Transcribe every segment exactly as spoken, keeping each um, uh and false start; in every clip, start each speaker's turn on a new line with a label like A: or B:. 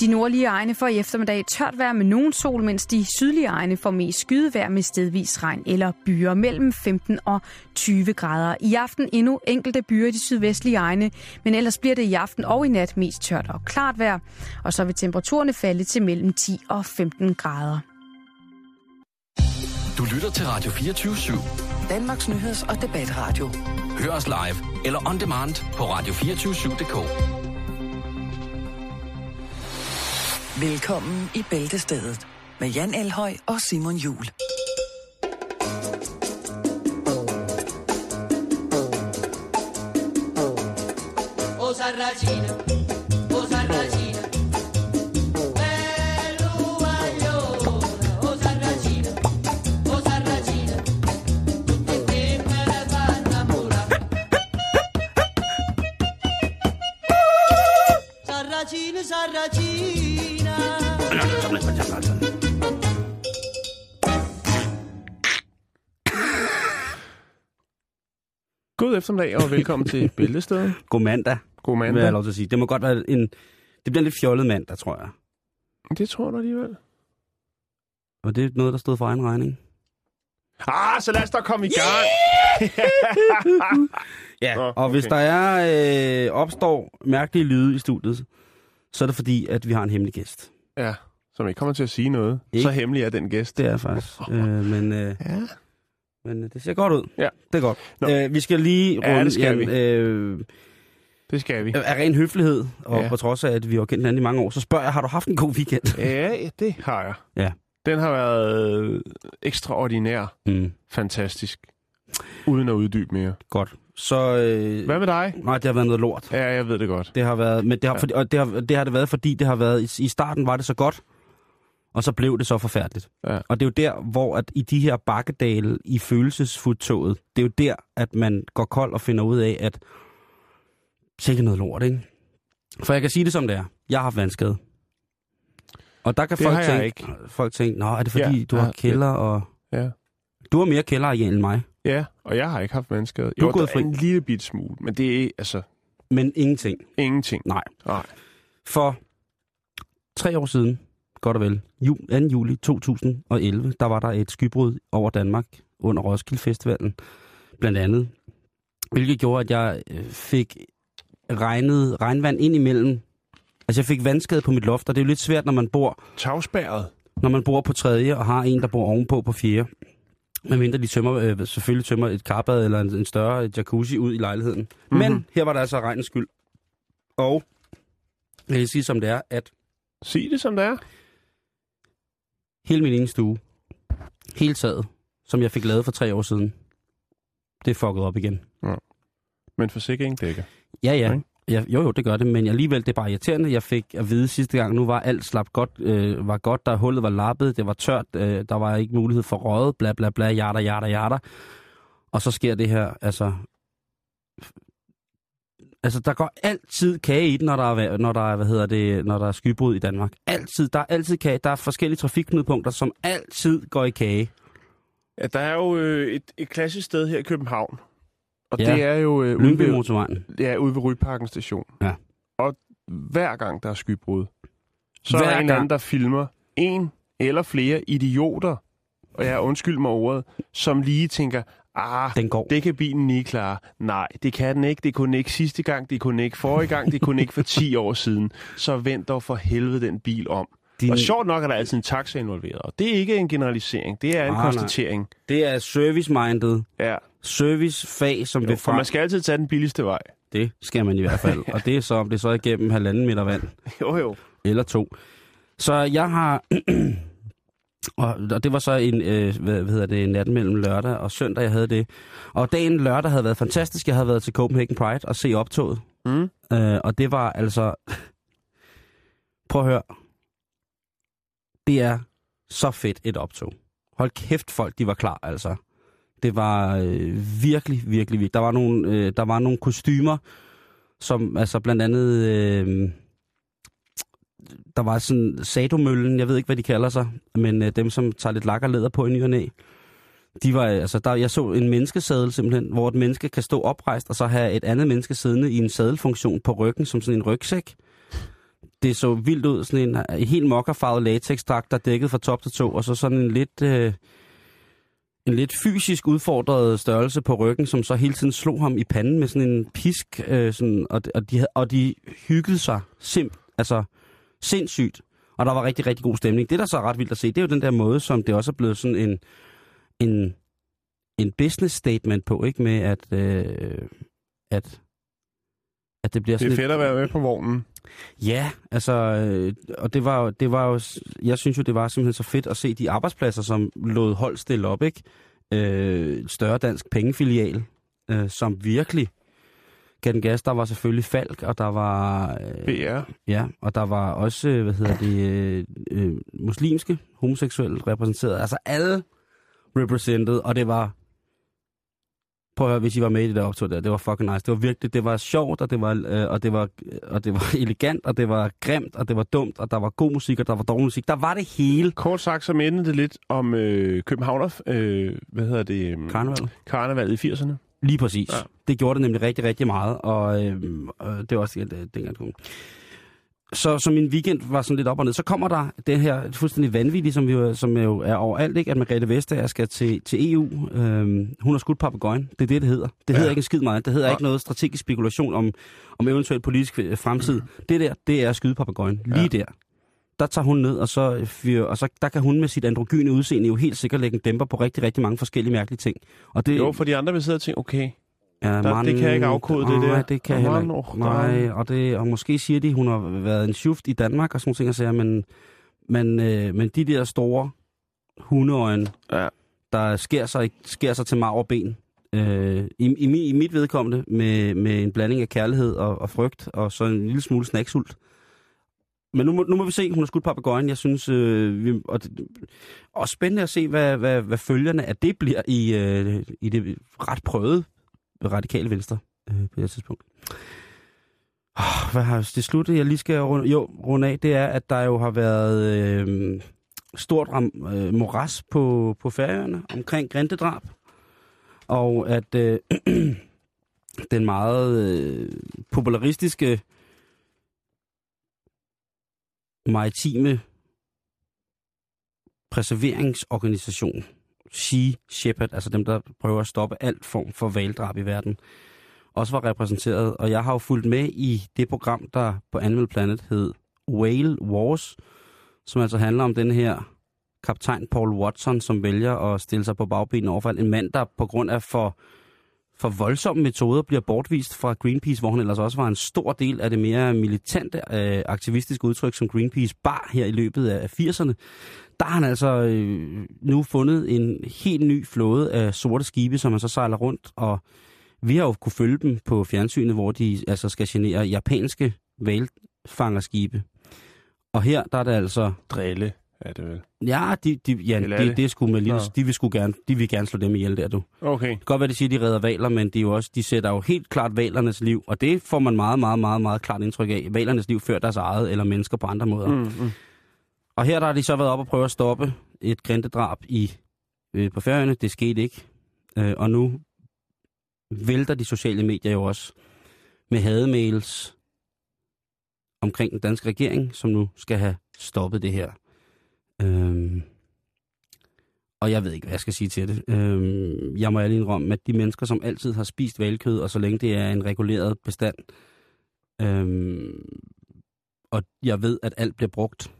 A: De nordlige egne får i eftermiddag tørt vejr med nogen sol, mens de sydlige egne får mest skydevejr med stedvis regn eller byer mellem femten og tyve grader. I aften endnu enkelte byer i de sydvestlige egne, men ellers bliver det i aften og i nat mest tørt og klart vejr. Og så vil temperaturerne falde til mellem ti og femten grader.
B: Du lytter til Radio fireogtyve syv.
C: Danmarks nyheds- og debatradio.
B: Hør os live eller on demand på radio to fire syv punktum d k.
C: Velkommen i Bæltestedet med Jan Elhøj og Simon Juhl.
D: O Sarracina, o Sarracina, bello agliona, o Sarracina, o Sarracina, tutti te me la fanno innamorare. Sarracina, Sarracina.
E: God eftermiddag og velkommen til Bæltestedet.
F: God mandag.
E: God mandag.
F: Vil jeg have lov til at sige. Det må godt være en... Det bliver en lidt fjollet mandag, tror jeg.
E: Det tror du alligevel.
F: Og det er noget, der stod for egen regning.
E: Ah, så lad os da komme i gang.
F: Ja,
E: oh,
F: og
E: okay.
F: hvis der er øh, opstår mærkelige lyde i studiet, så er det fordi, at vi har en hemmelig gæst.
E: Ja, som ikke kommer til at sige noget.
F: Ikke?
E: Så hemmelig er den gæst.
F: Det er faktisk. Oh. Øh, men, øh,
E: ja.
F: men det ser godt ud.
E: Ja.
F: Det er godt. Øh, vi skal lige runde...
E: Ja, det skal
F: Jan,
E: vi.
F: Øh,
E: det skal vi.
F: Af ren høflighed, og
E: ja.
F: på trods af, at vi har kendt hinanden i mange år, så spørger jeg, har du haft en god weekend?
E: Ja, det har jeg.
F: Ja.
E: Den har været ekstraordinær.
F: Mm.
E: Fantastisk. Uden at uddybe mere.
F: Godt. Så, øh,
E: hvad med dig?
F: Nej, det har været noget lort.
E: Ja, jeg ved det godt.
F: Det har været, men det har, ja. fordi, og det har, det har det været, fordi det har været, i, i starten var det så godt, og så blev det så forfærdeligt.
E: Ja.
F: Og det er jo der, hvor at i de her bakkedale i følelsesfodtoget, det er jo der, at man går kold og finder ud af, at sikkert noget lort, ikke? For jeg kan sige det som det er. Jeg har haft vandskade. Og der kan
E: det
F: folk tænke,
E: ikke.
F: folk tænke, nå, er det fordi,
E: ja,
F: du har
E: ja,
F: kælder og...
E: Ja.
F: Du har mere kælderareal end mig.
E: Ja, og jeg har ikke haft vandskade.
F: Du
E: jo,
F: gået
E: der er en lille bit smule, men det er altså...
F: Men ingenting.
E: Ingenting.
F: Nej.
E: Nej.
F: For tre år siden, godt og vel, anden juli to tusind og elleve, der var der et skybrud over Danmark under Roskilde Festivalen, blandt andet. Hvilket gjorde, at jeg fik regnet regnvand ind imellem. Altså jeg fik vandskade på mit loft, og det er jo lidt svært, når man bor...
E: Tagspærret.
F: Når man bor på tredje og har en, der bor ovenpå på fjerde. Medmindre de tømmer, øh, selvfølgelig tømmer et karbad eller en, en større jacuzzi ud i lejligheden. Mm-hmm. Men her var der altså regnens skyld. Og jeg kan sige som det er, at...
E: Sig det som det er.
F: Hele min ene stue, hele taget, som jeg fik lavet for tre år siden, det er fucket op igen.
E: Ja. Men forsikringen dækker.
F: Ja, ja. ja. Jo, jo, det gør det, men alligevel, det er bare irriterende. Jeg fik at vide sidste gang, nu var alt slap godt, øh, var godt, der hullet var lappet, det var tørt, øh, der var ikke mulighed for røget, bla bla bla, jada, jada, jada. Og så sker det her, altså... Altså, der går altid kage i den, når der er, når der er, hvad hedder det, når der er skybrud i Danmark. Altid. Der er altid kage. Der er forskellige trafikknudepunkter, som altid går i kage.
E: Ja, der er jo øh, et, et klassisk sted her i København. Og
F: ja.
E: det er jo... Øh,
F: Lyngby Motorvejen.
E: Det er ude ved Ryparken station.
F: Ja.
E: Og hver gang der er skybrud, så
F: hver
E: er der en
F: gang.
E: anden, der filmer en eller flere idioter, og jeg undskyld mig ordet, som lige tænker... Ah,
F: den går.
E: Det kan bilen ikke klare. Nej, det kan den ikke. Det kunne den ikke sidste gang. Det kunne den ikke forrige gang. Det kunne den ikke for ti år siden. Så vent dog for helvede den bil om. Din... Og sjovt nok er der altid en taxa involveret. Og det er ikke en generalisering. Det er en ah, konstatering.
F: Nej. Det er service-minded.
E: Ja.
F: Servicefag, som
E: jo,
F: vil
E: frem... For man skal altid tage den billigste vej.
F: Det skal man i hvert fald. Og det er så, om det så er igennem halvanden meter vand.
E: Jo, jo.
F: Eller to. Så jeg har... Og det var så en, øh, hvad hedder det, natten mellem lørdag og søndag, jeg havde det. Og dagen lørdag havde været fantastisk. Jeg havde været til Copenhagen Pride og se optoget.
E: Mm.
F: Øh, og det var altså... Prøv at høre. Det er så fedt et optog. Hold kæft, folk, de var klar, altså. Det var øh, virkelig, virkelig vildt. Der var nogle, øh, der var nogle kostymer, som altså blandt andet... Øh, der var sådan sadomøllen, jeg ved ikke, hvad de kalder sig, men øh, dem, som tager lidt lak og læder på i ny og næ. De var, altså, der, jeg så en menneskesadel simpelthen, hvor et menneske kan stå oprejst, og så have et andet menneske siddende i en sadelfunktion på ryggen, som sådan en rygsæk. det så vildt ud, sådan en, en helt mokkerfarvet latexdragt, der dækkede fra top til to, og så sådan en lidt, øh, en lidt fysisk udfordret størrelse på ryggen, som så hele tiden slog ham i panden med sådan en pisk, øh, sådan, og, og, de, og de hyggede sig simp, altså sindssygt, og der var rigtig, rigtig god stemning. Det, der så er ret vildt at se, det er jo den der måde, som det også er blevet sådan en, en, en business statement på, ikke, med at, øh, at, at det bliver sådan
E: det er fedt at være med på vognen.
F: Ja, altså, øh, og det var, det var jo, jeg synes jo, det var simpelthen så fedt at se de arbejdspladser, som lod hold stille op, ikke? Øh, større dansk pengefilial, øh, som virkelig gav den gas. Der var selvfølgelig Falk, og der var... Øh,
E: B R.
F: Ja, og der var også, øh, hvad hedder det, øh, øh, muslimske, homoseksuelle repræsenteret. Altså alle represented, og det var... Prøv at høre, hvis I var med i det der optog der, det var fucking nice. Det var virkelig, det var sjovt, og det var, øh, og det var, og det var elegant, og det var grimt, og det var dumt, og der var god musik, og der var dårlig musik. Der var det hele.
E: Kort sagt, så mindede det lidt om øh, Københavner, øh, hvad hedder det? Øh,
F: Karneval.
E: Karnevalet i firserne.
F: Lige præcis.
E: Ja.
F: Det gjorde det nemlig rigtig, rigtig meget, og, øh, og det var også det, det, det kom. Så, så min weekend var sådan lidt op og ned. Så kommer der det her fuldstændig vanvittige, som, vi, som jo er overalt, ikke? At Margrethe Vestager skal til, til E U. Øhm, hun har skudt papegøjen. Det er det, det hedder. Det hedder ja. ikke en skid meget. Det hedder ja. ikke noget strategisk spekulation om, om eventuel politisk fremtid. Mm. Det der, det er at skyde papegøjen. Lige ja. der. Der tager hun ned, og så, fyr, og så der kan hun med sit androgyne udseende jo helt sikkert lægge en dæmper på rigtig, rigtig mange forskellige mærkelige ting. Og det,
E: jo, for de andre vil sidde og tænke, okay,
F: ja,
E: der,
F: man,
E: det kan jeg ikke afkode, det der.
F: Nej, det kan jeg heller ikke.
E: Oh,
F: nej, og, det, og måske siger de, hun har været en schuft i Danmark og sådan nogle ting, og siger, men, men, øh, men de der store hundeøjne,
E: ja.
F: der skærer sig, skærer sig til marv og ben, øh, i, i, i mit vedkommende, med, med en blanding af kærlighed og, og frygt, og så en lille smule snacksult. Men nu må, nu må vi se, hun har skudt papegøjen. Jeg synes, øh, vi, og, det, og spændende at se, hvad, hvad, hvad følgerne af det bliver i, øh, i det ret prøvede radikale venstre øh, på det tidspunkt. Oh, hvad har det sluttet? Jeg lige skal runde, jo, runde af, det er, at der jo har været øh, stort ram, øh, moras på, på Færøerne omkring grindedrab. Og at øh, den meget øh, popularistiske maritime preserveringsorganisation Sea Shepherd, altså dem, der prøver at stoppe alt form for hvaldrab i verden, også var repræsenteret. Og jeg har jo fulgt med i det program, der på Animal Planet hed Whale Wars, som altså handler om den her kaptajn Paul Watson, som vælger at stille sig på bagbenene overfor en mand, der på grund af for, for voldsomme metoder bliver bortvist fra Greenpeace, hvor han ellers også var en stor del af det mere militante øh, aktivistiske udtryk, som Greenpeace bar her i løbet af firserne. Der har han altså øh, nu fundet en helt ny flåde af sorte skibe, som han så sejler rundt, og vi har jo kunne følge dem på fjernsynet, hvor de altså skal genere japanske hvalfangerskibe. Og her, der er det altså...
E: Drille er det vel?
F: Ja, de, de, ja, de, det, det er sgu med lille... De vil sgu gerne, de vil gerne slå dem ihjel der, du.
E: Okay.
F: Det kan godt være, de siger, de redder hvaler, men de, er jo også, de sætter jo helt klart hvalernes liv, og det får man meget, meget, meget, meget klart indtryk af. Hvalernes liv før deres eget, eller mennesker på andre måder.
E: Mm, mm.
F: Og her der har de så været op og prøve at stoppe et grindedrab i, øh, på Færøerne. Det skete ikke. Øh, og nu vælter de sociale medier jo også med hademails omkring den danske regering, som nu skal have stoppet det her. Øhm, og jeg ved ikke, hvad jeg skal sige til det. Øhm, jeg må ærlig indrømme, at de mennesker, som altid har spist hvalkød, og så længe det er en reguleret bestand, øhm, og jeg ved, at alt bliver brugt,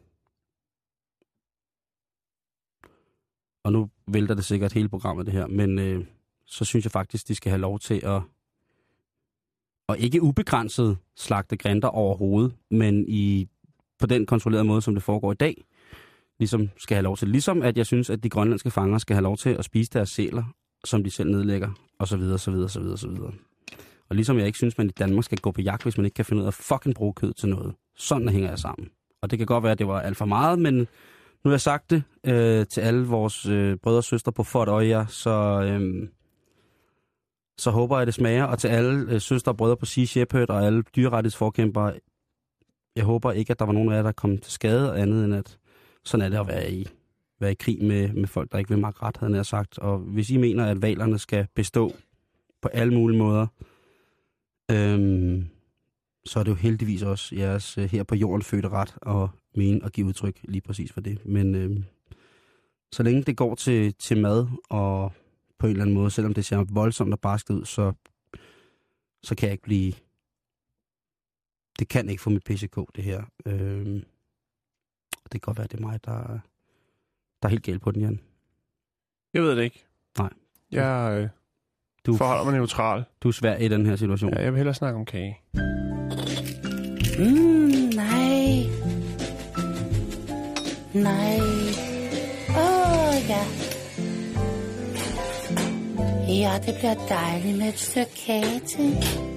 F: og nu vælter det sikkert hele programmet det her, men øh, så synes jeg faktisk, de skal have lov til at og ikke ubegrænset slagte grinter overhovedet, men i på den kontrollerede måde, som det foregår i dag, ligesom skal have lov til. Ligesom at jeg synes, at de grønlandske fanger skal have lov til at spise deres sæler, som de selv nedlægger, og så videre, så videre, så videre, så videre. Og ligesom jeg ikke synes, man i Danmark skal gå på jagt, hvis man ikke kan finde ud af at fucking bruge kød til noget. Sådan hænger jeg sammen. Og det kan godt være, at det var alt for meget, men nu har jeg sagt det øh, til alle vores øh, brødre og søstre på Fort Øya, så, øh, så håber jeg, det smager. Og til alle øh, søstre og brødre på Sea Shepherd og alle dyrerettighedsforkæmpere, jeg håber ikke, at der var nogen af jer, der kom til skade, andet end at sådan er det at være i, være i krig med, med folk, der ikke vil magte ret, havde jeg sagt. Og hvis I mener, at hvalerne skal bestå på alle mulige måder, øhm, så er det jo heldigvis også jeres øh, her på jorden fødte ret at mene og give udtryk lige præcis for det. Men øh, så længe det går til, til mad, og på en eller anden måde, selvom det ser voldsomt og barskt ud, så, så kan jeg ikke blive... Det kan ikke få mit P C K, det her. Øh, det kan godt være, det er mig, der, der er helt galt på den, Jan.
E: Jeg ved det ikke.
F: Nej.
E: Jeg øh,
F: Du,
E: forholder mig neutral.
F: du er svær i den her situation.
E: Ja, jeg vil hellere snakke om kage.
G: Mm, nej. Nej. Åh, oh, ja. Ja, det bliver dejligt med et stykke kage til.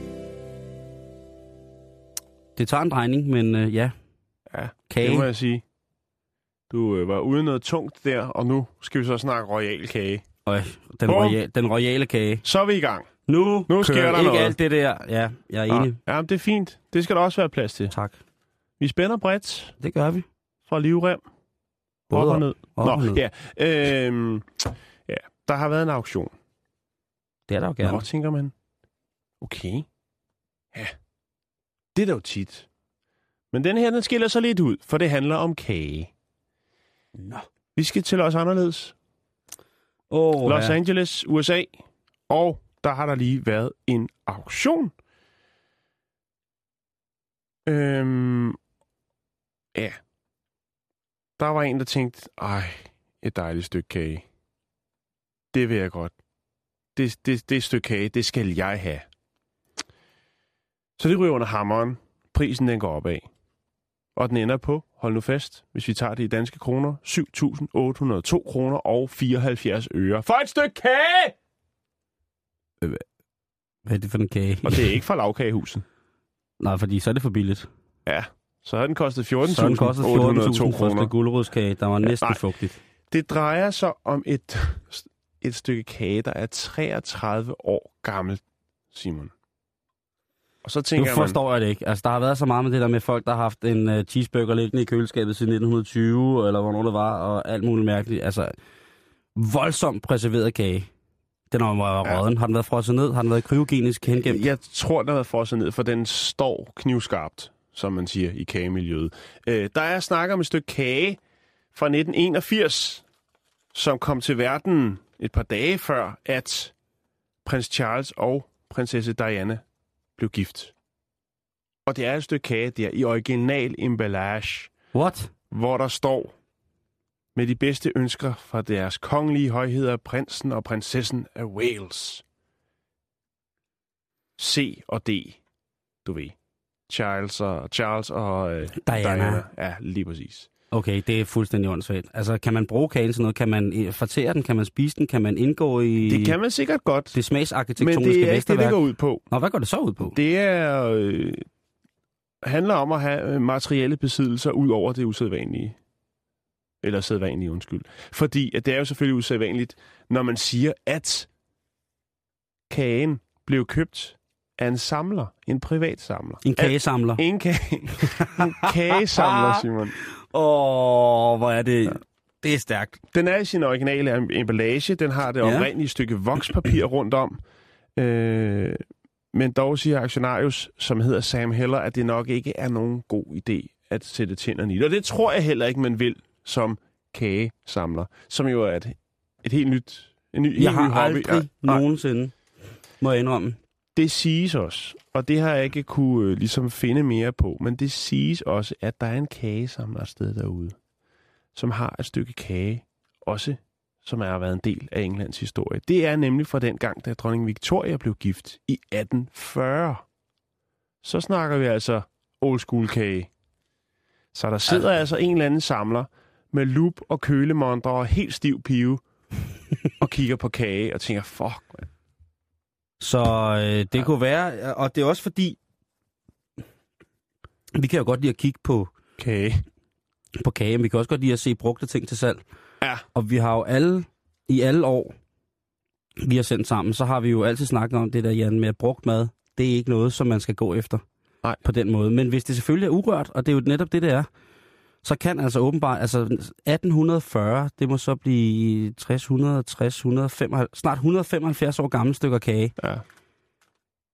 F: Det tager en drejning, men øh, ja.
E: Ja,
F: Kage.
E: det må jeg sige. Du øh, var uden noget tungt der, og nu skal vi så snakke royal kage.
F: Øj, den,
E: Bum.
F: royale, den royale kage.
E: Så er vi i gang.
F: Nu,
E: Nu sker
F: kører
E: der
F: ikke
E: noget.
F: alt det der. Ja, jeg er enig.
E: Ja, men det er fint. Det skal der også være plads til.
F: Tak.
E: Vi spænder bredt
F: Det gør vi.
E: fra livrem.
F: Både
E: Op og ned.
F: op og
E: Nå,
F: ned.
E: ja. Øhm, ja. Der har været en auktion.
F: Det er der jo gerne.
E: Nå, tænker man. Okay. Ja. Det er da jo tit. Men den her, den skiller sig lidt ud, for det handler om kage.
F: Nå.
E: Vi skal til Los Anderledes.
F: Oh,
E: Los
F: ja.
E: Angeles, U S A. Og der har der lige været en auktion. Øhm, ja. Der var en, der tænkte, ej, et dejligt stykke kage. Det vil jeg godt. Det, det, det stykke kage, det skal jeg have. Så det ryger under hammeren. Prisen den går opad. Og den ender på, hold nu fast, hvis vi tager det i danske kroner, syv tusind otte hundrede og to kroner og fireoghalvfjerds øre. For et stykke kage!
F: Hvad er det for en kage?
E: Og det er ikke fra lavkagehuset.
F: Nej, fordi så er det for billigt.
E: Ja, så har den kostet fjorten
F: Så har den
E: tusind
F: kostet
E: otte hundrede og to
F: fjorten tusind for et
E: kroner.
F: stykke gulerodskage, der var næsten
E: nej.
F: fugtigt.
E: Det drejer sig om et, et stykke kage, der er treogtredive år gammelt, Simon. Og så
F: Nu
E: tænker
F: forstår jeg det ikke. Altså, der har været så meget med det der med folk, der har haft en uh, cheeseburger liggende i køleskabet siden nitten tyve, eller hvornår det var, og alt muligt mærkeligt. Altså, voldsomt preserveret kage. Den har været
E: Ja.
F: rådden. Har den været frosset ned? Har den været kryogenisk hengemt?
E: man, jeg tror, den har været frosset ned, for den står knivskarpt, som man siger i kagemiljøet. Øh, der er snak om et stykke kage fra nitten enogfirs, som kom til verden et par dage før, at prins Charles og prinsesse Diana blev gift. Og det er et stykke kage der i original emballage,
F: What?
E: hvor der står med de bedste ønsker fra deres kongelige højheder, prinsen og prinsessen af Wales. C og D, du ved. Charles og, Charles og øh,
F: Diana.
E: Diana. Ja, lige præcis.
F: Okay, det er fuldstændig åndssvagt. Altså, kan man bruge kagen til noget? Kan man øh, fortære den? Kan man spise den? Kan man indgå i
E: Det kan man sikkert godt,
F: det
E: men
F: smagsarkitektoniske
E: det er ikke det,
F: Vesterværk?
E: det går ud på.
F: Nå, hvad går det så ud på?
E: Det er, øh, handler om at have materielle besiddelser ud over det usædvanlige. Eller sædvanlige, undskyld. Fordi at det er jo selvfølgelig usædvanligt, når man siger, at kagen blev købt af en samler, en privat samler.
F: En kagesamler.
E: En, kage, en kagesamler, Simon.
F: Åh, oh, hvor er det... Ja. Det er stærkt.
E: Den er i sin originale emballage. Den har det
F: Ja.
E: oprindelige stykke vokspapir rundt om. Øh, men dog siger aktionarius, som hedder Sam Heller, at det nok ikke er nogen god idé at sætte tænderne i. Og det tror jeg heller ikke, man vil som kagesamler. Som jo er et, et helt nyt, en ny,
F: Jeg
E: helt
F: har
E: ny hobby.
F: aldrig
E: Ja, nej.
F: nogensinde, må jeg indrømme.
E: Det siges også, og det har jeg ikke kunne øh, ligesom finde mere på, men det siges også, at der er en kagesamler et sted derude, som har et stykke kage, også som har været en del af Englands historie. Det er nemlig fra den gang, da dronning Victoria blev gift i atten fyrre. Så snakker vi altså old school kage. Så der sidder altså, altså en eller anden samler med lup og kølemondre og helt stiv pive og kigger på kage og tænker, fuck, man.
F: Så øh, det ja. kunne være, og det er også fordi, vi kan jo godt lide at kigge på
E: Kage.
F: på kage, men vi kan også godt lide at se brugte ting til salg.
E: Ja.
F: Og vi har jo alle, i alle år, vi har sendt sammen, så har vi jo altid snakket om det der, Jan, med at brugt mad. Det er ikke noget, som man skal gå efter.
E: Nej.
F: På den måde. Men hvis det selvfølgelig er urørt, og det er jo netop det, det er, så kan altså åbenbart, altså atten fyrre, det må så blive tres, hundrede, tres, hundrede og femoghalvfjerds, snart et hundrede og femoghalvfjerds år gamle stykker kage.
E: Ja.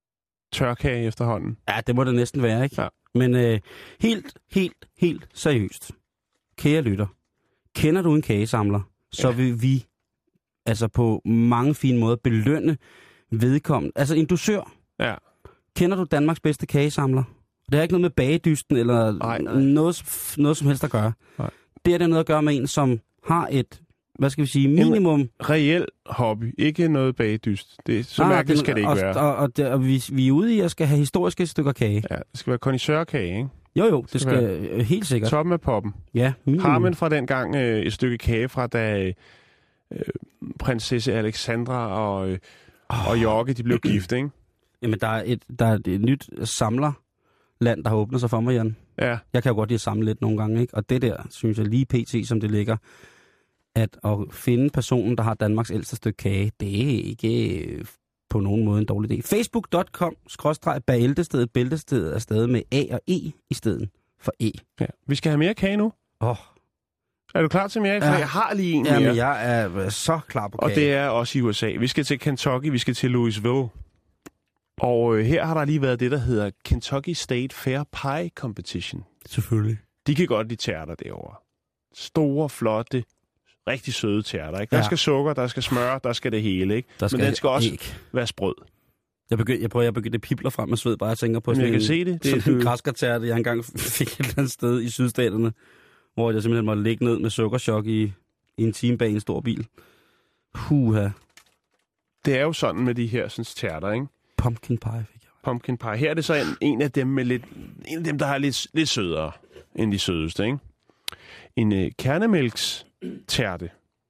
E: tørkage efterhånden.
F: Ja, det må det næsten være, ikke?
E: Ja.
F: Men øh, helt, helt, helt seriøst. Kære lytter, kender du en kagesamler, så ja. vil vi altså på mange fine måder belønne vedkommende. Altså en dusør.
E: Ja.
F: Kender du Danmarks bedste kagesamler? Det har ikke noget med bagedysten eller
E: nej, nej.
F: Noget, noget som helst at gøre. Nej. Det er det noget at gøre med en, som har et, hvad skal vi sige, minimum...
E: En reel hobby, ikke noget bagedyst. Det, så
F: ah,
E: mærkeligt
F: det,
E: skal det ikke
F: og,
E: være.
F: Og, og, og, og vi, vi er ude i at skal have historiske stykker kage.
E: Ja, det skal være kondisørkage, ikke?
F: Jo, jo, det
E: det
F: skal, skal helt sikkert.
E: Toppen af poppen.
F: Ja, minimum.
E: Har man fra den gang øh, et stykke kage fra, da øh, prinsesse Alexandra og, øh, oh. og Jorge, de blev gift, ikke?
F: Jamen, der er et, der er et nyt samlerland, der har åbnet sig for mig, Jan.
E: Ja.
F: Jeg kan jo godt lide at samle lidt nogle gange, ikke? Og det der, synes jeg lige pt, som det ligger, at at finde personen, der har Danmarks ældste stykke kage, det er ikke på nogen måde en dårlig idé. facebook punktum com skråstreg bæltestedet, bæltestedet er stadig med A og E i stedet for E.
E: Ja. Vi skal have mere kage nu.
F: Åh. Oh.
E: Er du klar til mere? For ja. Jeg har lige en
F: ja,
E: mere.
F: Men jeg er så klar på kage.
E: Og det er også i U S A. Vi skal til Kentucky, vi skal til Louisville. Og øh, her har der lige været det, der hedder Kentucky State Fair Pie Competition.
F: Selvfølgelig.
E: De kan godt lide tærter derovre. Store, flotte, rigtig søde tærter, ikke? Der
F: ja.
E: skal sukker, der skal smør, der skal det hele, ikke?
F: Der skal
E: Men den skal også
F: æg.
E: være sprød.
F: Jeg begynder, jeg prøver, jeg begynder, det pipler frem med sved, bare jeg tænker på sådan
E: jeg
F: en,
E: kan se det. Det er
F: sådan en græskartærte, jeg engang fik et eller andet sted i sydstaterne, hvor jeg simpelthen måtte ligge ned med sukkerchok i, i en time bag en stor bil. Huha.
E: Det er jo sådan med de her sådan, tærter, ikke?
F: Pumpkin pie fik jeg.
E: Pumpkin pie. Her er det så en, en af dem med lidt, en af dem, der er lidt, lidt sødere end de sødeste, ikke? En øh, kernemælkstærte.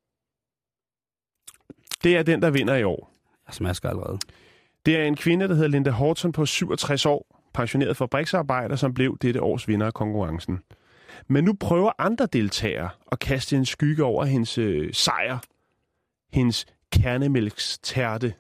E: Det er den, der vinder i år.
F: Jeg smasker allerede.
E: Det er en kvinde, der hedder Linda Horton på syvogtres år, pensioneret fabriksarbejder, som blev dette års vinder af konkurrencen. Men nu prøver andre deltagere at kaste en skygge over hendes øh, sejr. Hendes kernemælkstærte.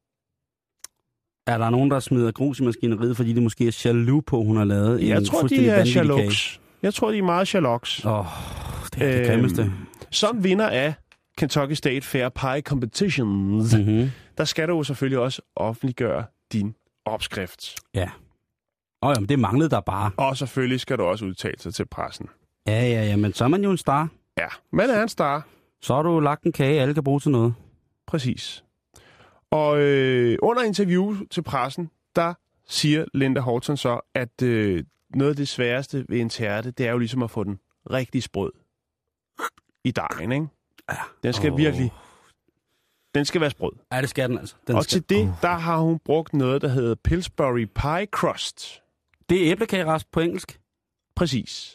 F: Er der nogen, der smider grus i maskineriet, fordi de måske er jaloux på, hun har lavet
E: jeg
F: en
E: tror,
F: fuldstændig
E: de er
F: vanvittig
E: jaloux. Jeg tror, de er meget jaloux.
F: Åh, oh, det er det grimmeste. Øhm,
E: som vinder af Kentucky State Fair Pie Competitions, mm-hmm. der skal du jo selvfølgelig også offentliggøre din opskrift.
F: Ja. Åh, oh, jamen, det manglede der bare.
E: Og selvfølgelig skal du også udtale sig til pressen.
F: Ja, ja, ja, men så er man jo en star.
E: Ja, man er en star.
F: Så har du lagt en kage, alle kan bruge til noget.
E: Præcis. Og øh, under interview til pressen, der siger Linda Horton så, at øh, noget af det sværeste ved en tærte, det er jo ligesom at få den rigtig sprød i dejen, ikke?
F: Ja.
E: Den skal oh. virkelig... Den skal være sprød.
F: Ja, det skal den altså. Den
E: og
F: skal...
E: til det,
F: oh.
E: der har hun brugt noget, der hedder Pillsbury Pie Crust.
F: Det er æblekagerasp på engelsk?
E: Præcis.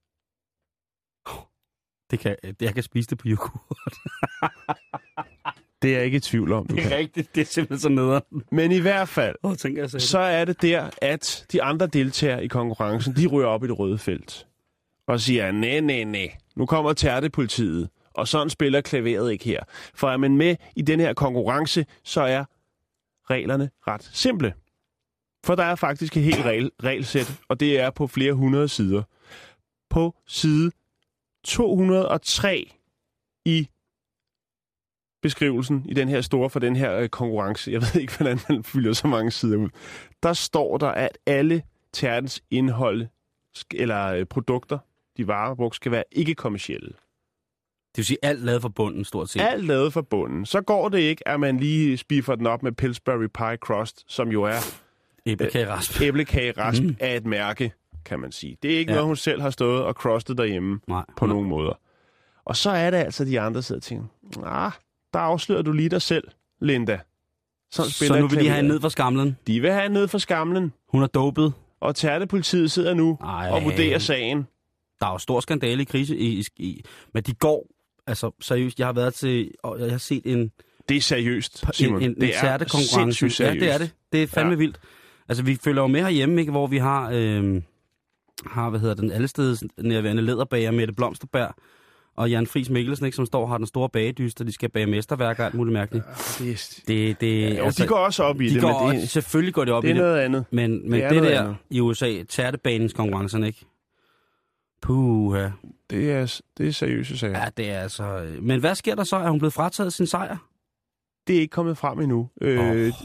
F: Det kan, jeg kan spise det på yoghurt.
E: Det er jeg ikke i tvivl om.
F: Det er rigtigt, det er simpelthen så nederen.
E: Men i hvert fald,
F: oh, tænker jeg
E: så er det der, at de andre deltagere i konkurrencen, de ryger op i det røde felt. Og siger, næ, næ, næ, nu kommer tærtepolitiet. Og sådan spiller klaveret ikke her. For er man med i den her konkurrence, så er reglerne ret simple. For der er faktisk et helt regel, regelsæt, og det er på flere hundrede sider. På side to hundrede og tre i beskrivelsen i den her store for den her øh, konkurrence, jeg ved ikke, hvordan man fylder så mange sider ud, der står der, at alle tærtens indhold eller øh, produkter, de varer brugt, skal være ikke-kommercielle.
F: Det vil sige alt lavet fra bunden, stort set.
E: Alt lavet fra bunden. Så går det ikke, at man lige spiffer den op med Pillsbury Pie Crust, som jo er
F: æblekagerasp.
E: Øh, æblekagerasp mm. af et mærke, kan man sige. Det er ikke ja. noget, hun selv har stået og crustet derhjemme
F: Nej,
E: på nogen måder. Og så er det altså, de andre sidder og tænker, ah, der afslører du lige dig selv, Linda.
F: Så, så nu vil de have en ned for skamlen?
E: De vil have en ned for skamlen.
F: Hun er dopet.
E: Og tærtepolitiet sidder nu Ej. og vurderer sagen.
F: Der er jo stor skandale i krise, i, i, i, men de går, altså seriøst, jeg har været til, og jeg har set en...
E: Det er seriøst, Simon.
F: En, en,
E: det
F: en tærtekonkurrence.
E: Er seriøst.
F: Ja, det er det. Det er fandme ja. vildt. Altså, vi følger jo med herhjemme, ikke, hvor vi har, øh, har hvad hedder den, allesteds nærværende læderbager, Mette Blomsterberg, og Jan Friis Mikkelsen, ikke, som står og har den store bagedyst, og de skal bage mesterværker og alt muligt mærkeligt.
E: Ja, det,
F: det, det,
E: ja,
F: altså,
E: de går også op i
F: de
E: det.
F: Går
E: men det
F: også, selvfølgelig går det op
E: det
F: i det.
E: Det er noget andet.
F: Men, men det, det der andet. I U S A, tærtebaningskonkurrencerne, ikke? Puha.
E: Det er, det er seriøse sager.
F: Ja, det er altså... Men hvad sker der så? Er hun blevet frataget sin sejr?
E: Det er ikke kommet frem endnu. Øh, oh.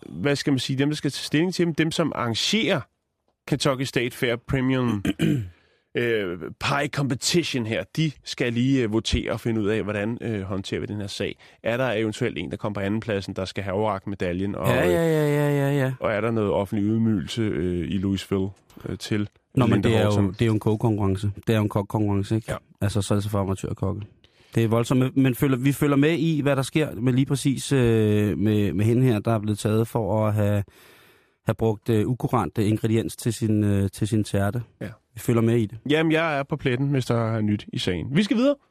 E: hvad skal man sige, dem, der skal tage stilling til dem, dem, som arrangerer Kentucky State Fair Premium øh, Pie Competition her, de skal lige øh, votere og finde ud af, hvordan øh, håndterer vi den her sag. Er der eventuelt en, der kommer på andenpladsen, der skal have overrakt medaljen? Og,
F: Ja, ja, ja, ja, ja, ja.
E: og er der noget offentlig ydmygelse øh, i Louisville øh, til
F: Nå, men
E: Linda
F: det er, jo,
E: Horton?
F: det er jo en kokkonkurrence. Det er jo en kokkonkurrence, ikke?
E: Ja.
F: Altså, så er det så for amatørkokke. Det er voldsomt, men følger, vi følger med i, hvad der sker med lige præcis øh, med, med hende her, der er blevet taget for at have, have brugt øh, ukurant ingrediens til sin, øh, til sin tærte.
E: Ja.
F: Vi følger med i det.
E: Jamen, jeg er på pletten, hvis der er nyt i sagen. Vi skal videre.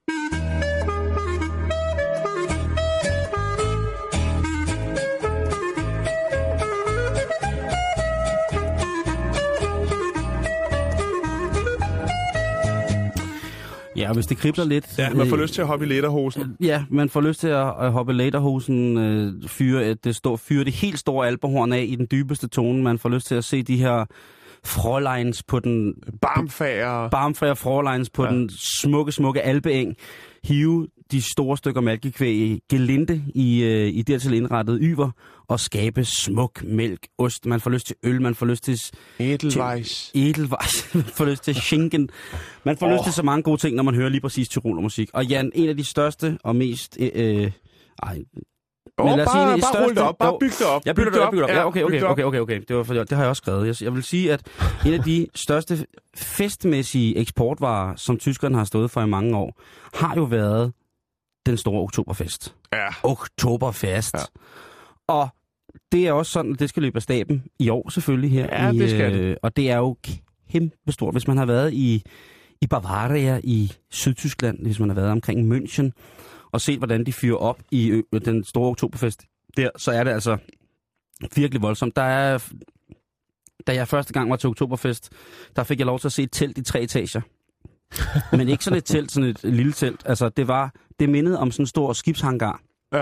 F: Ja, og hvis det kribler lidt...
E: Ja, man får lyst til at hoppe i lederhosen.
F: Ja, man får lyst til at, at hoppe i lederhosen, øh, fyre, det står, fyre det helt store alberhorn af i den dybeste tone. Man får lyst til at se de her Fräuleins på den...
E: Barmfager.
F: Barmfager Fräuleins på ja. den smukke, smukke alpeeng. Hive de store stykker malkekvæg i gelinde i, øh, i dertil indrettede yver og skabe smuk mælk, ost. Man får lyst til øl, man får lyst til...
E: Edelweiss.
F: Til, Edelweiss. Man får lyst til schinken. Man får oh. lyst til så mange gode ting, når man hører lige præcis tyrolermusik. Og Jan, en af de største og mest... Øh, øh, ej,
E: Oh,
F: men lad os
E: bare,
F: sige,
E: bare rulle det op, bare byg det op.
F: Jeg bygger det op, bygger det op. Ja, okay, okay,
E: det op.
F: okay, okay, okay. Det, var for, det har jeg også skrevet. Jeg, jeg vil sige, at en af de største festmæssige eksportvarer, som tyskerne har stået for i mange år, har jo været den store Oktoberfest.
E: Ja.
F: Oktoberfest.
E: Ja.
F: Og det er også sådan, at det skal løbe af staben i år selvfølgelig her.
E: Ja,
F: i,
E: det skal det.
F: Øh, og det er jo kæmpe stort. Hvis man har været i, i Bavaria i Sydtyskland, hvis man har været omkring München, og set, hvordan de fyrer op i ø- den store Oktoberfest der, så er det altså virkelig voldsomt. Der er, da jeg første gang var til Oktoberfest, der fik jeg lov til at se et telt i tre etager. Men ikke sådan et telt, sådan et lille telt. Altså, det var, det mindede om sådan en stor skibshangar.
E: Ja.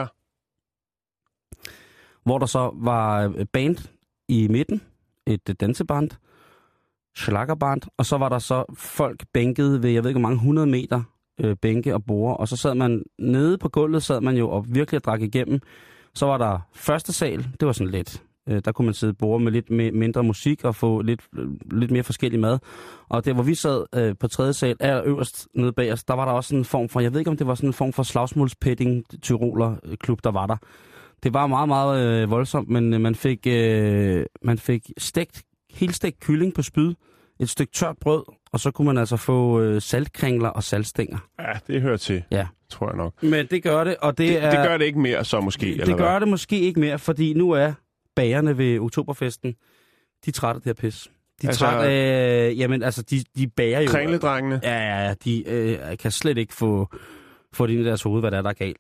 F: Hvor der så var band i midten, et danseband, schlagerband, og så var der så folk bænket ved, jeg ved ikke hvor mange hundrede meter, øh, bænke og borde, og så sad man nede på gulvet, sad man jo og virkelig drak igennem. Så var der første sal, det var sådan lidt, øh, der kunne man sidde borde med lidt med mindre musik og få lidt, øh, lidt mere forskellig mad. Og der hvor vi sad øh, på tredje sal, er øverst nede bag os, der var der også en form for, jeg ved ikke om det var sådan en form for slagsmålspetting tyrolerklub, der var der. Det var meget, meget øh, voldsomt, men øh, man fik, øh, man fik stegt, helt stegt kylling på spyd, et stykke tørt brød, og så kunne man altså få øh, saltkringler og saltstænger.
E: Ja, det hører til,
F: ja.
E: Tror jeg nok.
F: Men det gør det, og det,
E: det
F: er...
E: Det gør det ikke mere så måske,
F: Det,
E: eller
F: det gør
E: hvad?
F: det måske ikke mere, fordi nu er bagerne ved Oktoberfesten, de er trætte af det her pis. De er
E: Altså-
F: trætte af... Jamen, altså, de, de bager jo...
E: Kringledrengene.
F: Ja, ja, ja. De øh, kan slet ikke få, få det ind i deres hoved, hvad der er, der er galt.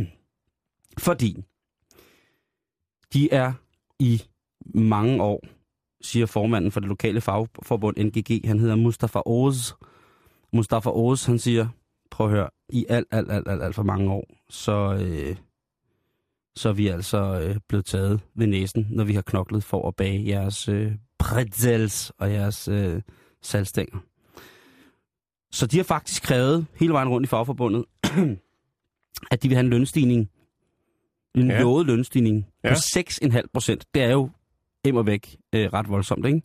F: Fordi de er i mange år, siger formanden for det lokale fagforbund N G G, han hedder Mustafa Oz. Mustafa Oz, han siger, prøv at høre, i alt, alt, alt, alt, alt for mange år, så, øh, så er vi altså øh, blevet taget ved næsen, når vi har knoklet for at bage jeres øh, pretzels og jeres øh, saltstænger. Så de har faktisk krævet hele vejen rundt i fagforbundet, at de vil have en lønstigning, en
E: Ja.
F: lovet lønstigning
E: Ja.
F: på seks komma fem procent. Det er jo immer væk øh, ret voldsomt, ikke?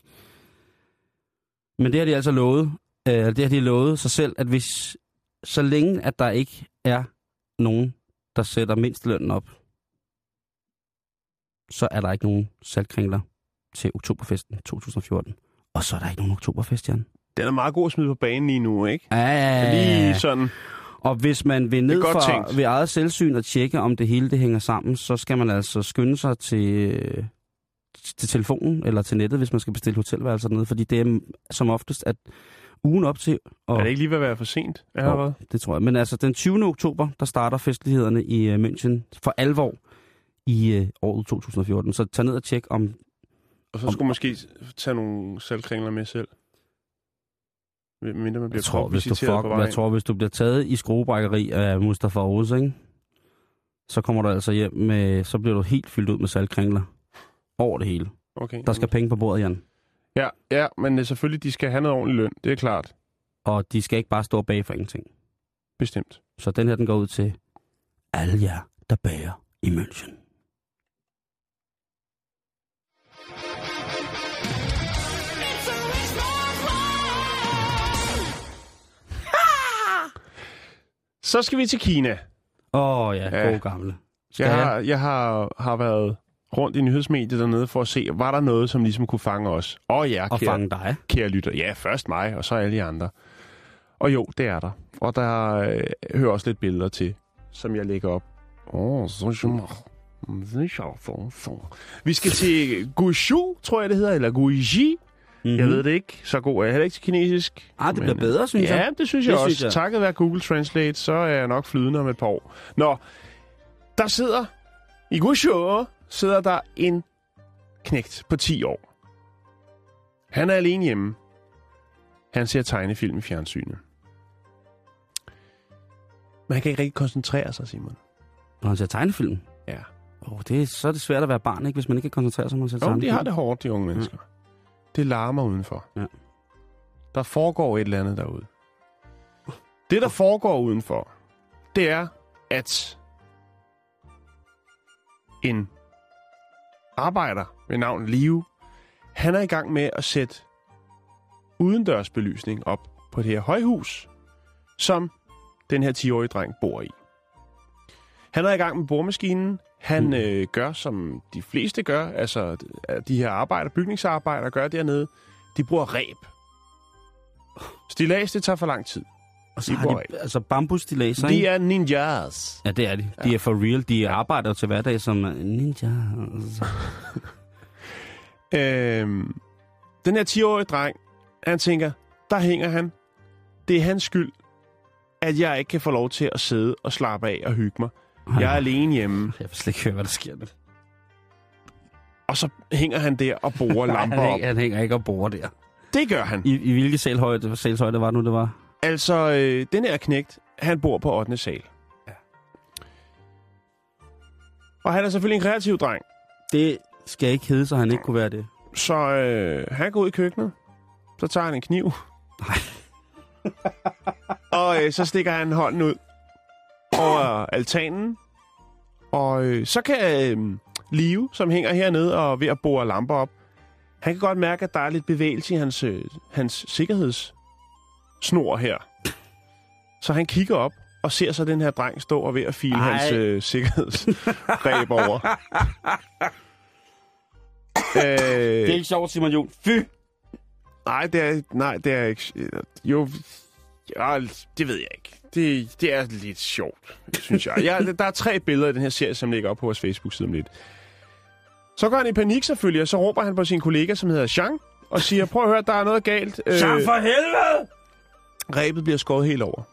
F: Men det har de altså lovet, øh, det har de lovet sig selv, at hvis så længe, at der ikke er nogen, der sætter mindstelønnen op, så er der ikke nogen saltkringler til Oktoberfesten to tusind og fjorten. Og så er der ikke nogen Oktoberfest, Jan.
E: Den er meget god at smide på banen lige nu, ikke?
F: Ja, ja, ja.
E: Lige sådan.
F: Og hvis man vil ned
E: godt
F: for,
E: tænkt.
F: ved eget selvsyn og tjekke, om det hele det hænger sammen, så skal man altså skynde sig til, til telefonen eller til nettet, hvis man skal bestille hotelværelser dernede. Fordi det er som oftest, at ugen op til... Og,
E: Er det ikke lige ved at være for sent allerede?
F: det tror jeg. Men altså den tyvende oktober, der starter festlighederne i uh, München for alvor i uh, året to tusind og fjorten. Så tag ned og tjek om...
E: Og så skulle man måske tage nogle saltkringler med selv. Mindre man bliver
F: Jeg tror, hvis du,
E: visiteret
F: fuck,
E: på vejen.
F: jeg tror, hvis du bliver taget i skruebrækkeri af Mustafa Oz, ikke? Så kommer du altså hjem med... Så bliver du helt fyldt ud med saltkringler. Over det hele.
E: Okay.
F: Der skal penge på bordet, Jan.
E: Ja, ja, men øh, selvfølgelig, de skal have noget ordentlig løn. Det er klart.
F: Og de skal ikke bare stå bag for ingenting.
E: Bestemt.
F: Så den her, den går ud til alle jer, der bager i München.
E: Så skal vi til Kina.
F: Åh oh, ja,
E: Ja.
F: god gamle. Skal
E: Jeg
F: jeg?
E: har, jeg har, har været rundt i nyhedsmediet dernede for at se, var der noget, som ligesom kunne fange os? Åh oh, ja,
F: Og
E: kære,
F: fange dig.
E: kære lytter. Ja, først mig, og så alle de andre. Og jo, det er der. Og der øh, hører også lidt billeder til, som jeg lægger op. Åh, så vi skal til Guizhou, tror jeg det hedder, eller Guizhi. Mm-hmm. Jeg ved det ikke. Så god er jeg heller ikke til kinesisk.
F: Ah, det bliver
E: Men,
F: bedre, synes
E: ja,
F: jeg.
E: det synes jeg
F: Det
E: også.
F: synes jeg.
E: Takket være Google Translate, så er jeg nok flydende om et par år. Nå, der sidder i Guizhou, sidder der en knægt på ti år. Han er alene hjemme. Han ser tegnefilm i fjernsynet. Men han kan ikke rigtig koncentrere sig, Simon.
F: Når han ser tegnefilm.
E: Ja.
F: Oh, det er, så er det svært at være barn, ikke, hvis man ikke kan koncentrere sig, når man ser
E: Jo,
F: tegnefilm.
E: de har det hårdt, de unge mennesker. Ja. Det larmer udenfor.
F: Ja.
E: Der foregår et eller andet derude. Det, der foregår udenfor, det er, at en arbejder ved navn Liu, han er i gang med at sætte udendørsbelysning op på det her højhus, som den her ti-årige dreng bor i. Han er i gang med boremaskinen. Han mm. øh, gør, som de fleste gør, altså de her arbejder, bygningsarbejdere gør dernede. De bruger reb. Stillads, det tager for lang tid.
F: Og så
E: de
F: har
E: bruger
F: de altså bambusstillaser,
E: De
F: ikke?
E: er ninjas.
F: Ja, det er de. De
E: Ja.
F: er for real. De arbejder jo til hverdag som ninja.
E: øhm, den her ti-årige dreng, han tænker, der hænger han. Det er hans skyld, at jeg ikke kan få lov til at sidde og slappe af og hygge mig. Jeg er alene hjemme.
F: Jeg vil slet ikke høre, hvad der sker nu.
E: Og så hænger han der og borer
F: Nej,
E: lamper
F: han,
E: op.
F: hænger, han hænger ikke og borer der.
E: Det gør han.
F: I, i hvilke salhøjde, salshøjde var det nu, det var?
E: Altså, øh, den her knægt, han bor på ottende sal.
F: Ja.
E: Og han er selvfølgelig en kreativ dreng.
F: Det skal ikke hedde, så han ikke kunne være det.
E: Så øh, han går ud i køkkenet. Så tager han en kniv.
F: Nej.
E: Og øh, så stikker han hånden ud over altanen. Og øh, så kan øh, Liu, som hænger hernede og er ved at bore lamper op, han kan godt mærke, at der er lidt bevægelse i hans, øh, hans sikkerhedssnor her. Så han kigger op og ser så den her dreng stå og ved at file
F: Ej.
E: hans øh, sikkerhedsreb over. øh,
F: Det er ikke sjovt, Simon Juhl. Fy!
E: Nej, det er, nej, det er ikke... Jo, ja, det ved jeg ikke. Det, det er lidt sjovt, synes jeg. Ja, der er tre billeder i den her serie, som ligger op på vores Facebook-side om lidt. Så går han i panik selvfølgelig, og så råber han på sin kollega, som hedder Zhang, og siger, prøv at høre, der er noget galt.
F: Zhang, for helvede!
E: Rebet bliver skåret helt over.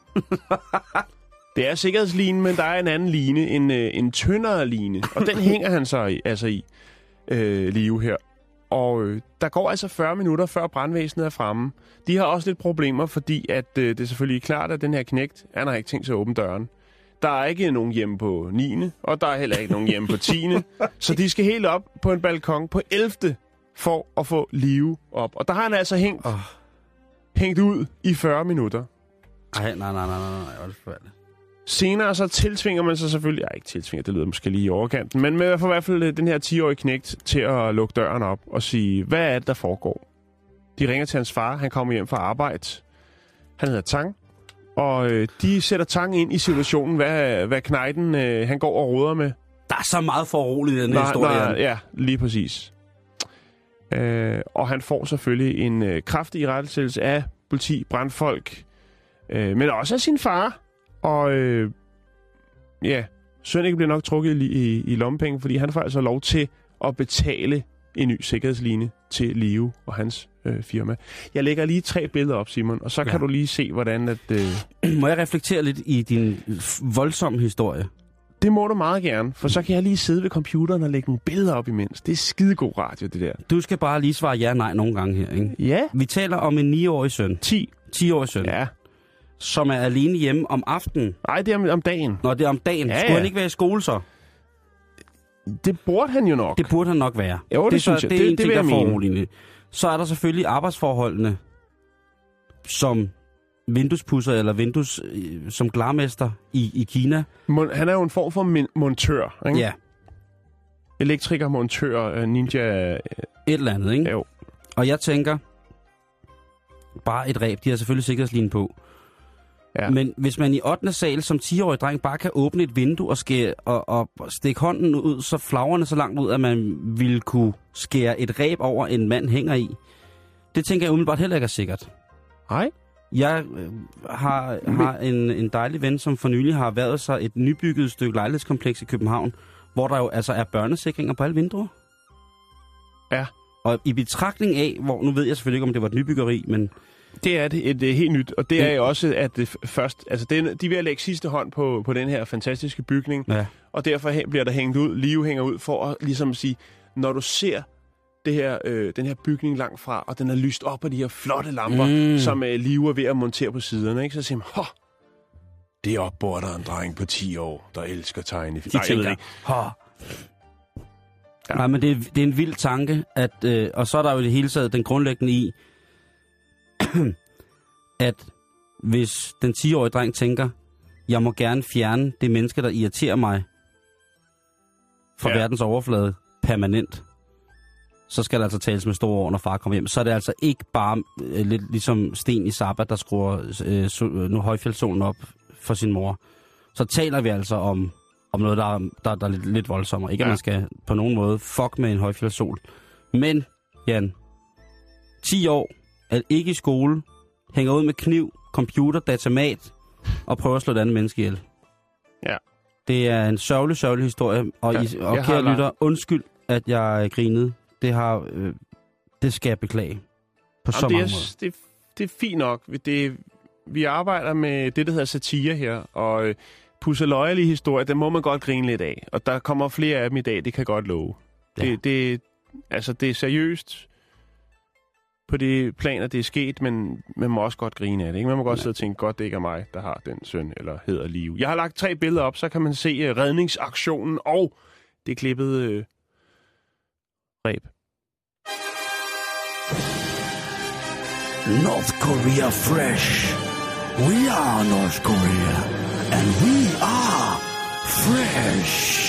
E: Det er sikkerhedslinen, men der er en anden line, en, en tyndere line, og den hænger han så i, altså i øh, Liu her. Og øh, der går altså fyrre minutter, før brandvæsenet er fremme. De har også lidt problemer, fordi at, øh, det er selvfølgelig klart, at den her knægt, han har ikke tænkt sig at åbne døren. Der er ikke nogen hjemme på niende, og der er heller ikke nogen hjemme på tiende. Så de skal helt op på en balkon på ellevte for at få Liu op. Og der har han altså hængt,
F: Oh.
E: hængt ud i fyrre minutter.
F: Ej, nej, nej, nej, nej, nej, nej, det er forfærdeligt.
E: Senere så tiltvinger man sig selvfølgelig... Ja, ikke tiltvinger, det lyder måske lige i overkanten. Men med i hvert fald den her ti-årige knægt til at lukke døren op og sige, hvad er det, der foregår? De ringer til hans far, han kommer hjem fra arbejde. Han hedder Tang. Og øh, de sætter Tang ind i situationen, hvad, hvad knejten øh, han går og roder med.
F: Der er så meget for roligt i den her historie.
E: nej, ja, lige præcis. Øh, og han får selvfølgelig en øh, kraftig irettesættelse af politi, brandfolk, øh, men også af sin far. Og øh, ja, Sønneke bliver nok trukket i, i, i lommepenge, fordi han får altså lov til at betale en ny sikkerhedsline til Liu og hans øh, firma. Jeg lægger lige tre billeder op, Simon, og så kan
F: Ja.
E: du lige se, hvordan at... Øh,
F: Må jeg reflektere lidt i din voldsomme historie?
E: det må du meget gerne, for så kan jeg lige sidde ved computeren og lægge nogle billeder op imens. Det er skidegod radio, det der.
F: Du skal bare lige svare ja nej nogle gange her, ikke?
E: Ja.
F: Vi taler om en ni-årig søn,
E: ti.
F: ti-årig søn,
E: Ja.
F: som er alene hjemme om aftenen.
E: Nej, det er om, om dagen.
F: Når det er om dagen.
E: Ja,
F: Skulle
E: ja.
F: han ikke være i skole så?
E: Det burde han jo nok.
F: Det burde han nok være.
E: Jo, det
F: det er
E: synes
F: så,
E: jeg.
F: Det er
E: Det-
F: en
E: det
F: ting,
E: vil
F: der
E: jeg
F: får
E: mene.
F: roligende. Så er der selvfølgelig arbejdsforholdene som vinduespudser eller vindues øh, som glarmester i, i Kina.
E: Mon, han er jo en form for min, montør, ikke?
F: Ja,
E: Elektriker, montør, øh, ninja... Øh,
F: et eller andet, ikke?
E: jo.
F: Og jeg tænker, bare et ræb, de har selvfølgelig sikkerhedslinjen på. Ja. Men hvis man i ottende sal som ti-årig dreng bare kan åbne et vindue og, skære, og, og stikke hånden ud, så flagrende så langt ud, at man ville kunne skære et reb over, en mand hænger i, det tænker jeg umiddelbart heller ikke er sikkert.
E: Nej.
F: Jeg øh, har, har en, en dejlig ven, som for nylig har været sig et nybygget stykke lejlighedskompleks i København, hvor der jo altså er børnesikringer på alle vinduer.
E: Ja.
F: Og i betragtning af, hvor nu ved jeg selvfølgelig ikke, om det var et nybyggeri, men...
E: Det er det, et, et helt nyt, og det er jo også, at det først... Altså, det er, de er ved at lægge sidste hånd på, på den her fantastiske bygning,
F: ja.
E: Og derfor bliver der hængt ud, Live hænger ud, for at ligesom sige, når du ser det her, øh, den her bygning langt fra, og den er lyst op af de her flotte lamper, mm. som øh, Live er ved at montere på siderne, ikke? Så siger man, hå, det er opbor der en dreng på ti år, der elsker tegnefilm.
F: De Nej, tænker, hå. Ja. Nej, men det er, det er en vild tanke, at, øh, og så er der jo det hele taget den grundlæggende i, at hvis den ti-årige dreng tænker, jeg må gerne fjerne det menneske, der irriterer mig fra ja. verdens overflade permanent, så skal der altså tales med store ord, når far kommer hjem. Så er det altså ikke bare øh, lidt ligesom Sten i Sabbat, der skruer øh, so, nu højfjeldssolen op for sin mor. Så taler vi altså om, om noget, der, der, der er lidt, lidt voldsommere. Ikke ja. At man skal på nogen måde fuck med en højfjeldssol. Men, Jan, ti år, er ikke i skole, hænger ud med kniv, computer, datamat og prøver at slå et andet menneske ihjel.
E: Ja.
F: Det er en sørgelig, sørgelig historie. Og, ja, I, og kære lytter, undskyld, at jeg grinede. Det har, øh, det skal jeg beklage. På Jamen, så mange
E: det er, måder. Det, det er fint nok. Det, vi arbejder med det, der hedder satire her, og øh, pusseløjelige historier, det må man godt grine lidt af. Og der kommer flere af dem i dag, det kan godt love. Ja. Det, det, altså, det er seriøst på det plan, at det er sket, men man må også godt grine af det. Ikke? Man må godt ja. sidde og tænke, godt det ikke er mig, der har den søn, eller hedder Liv. Jeg har lagt tre billeder op, så kan man se uh, redningsaktionen, og det klippede uh, reb.
H: North Korea fresh. We are North Korea, and we are fresh.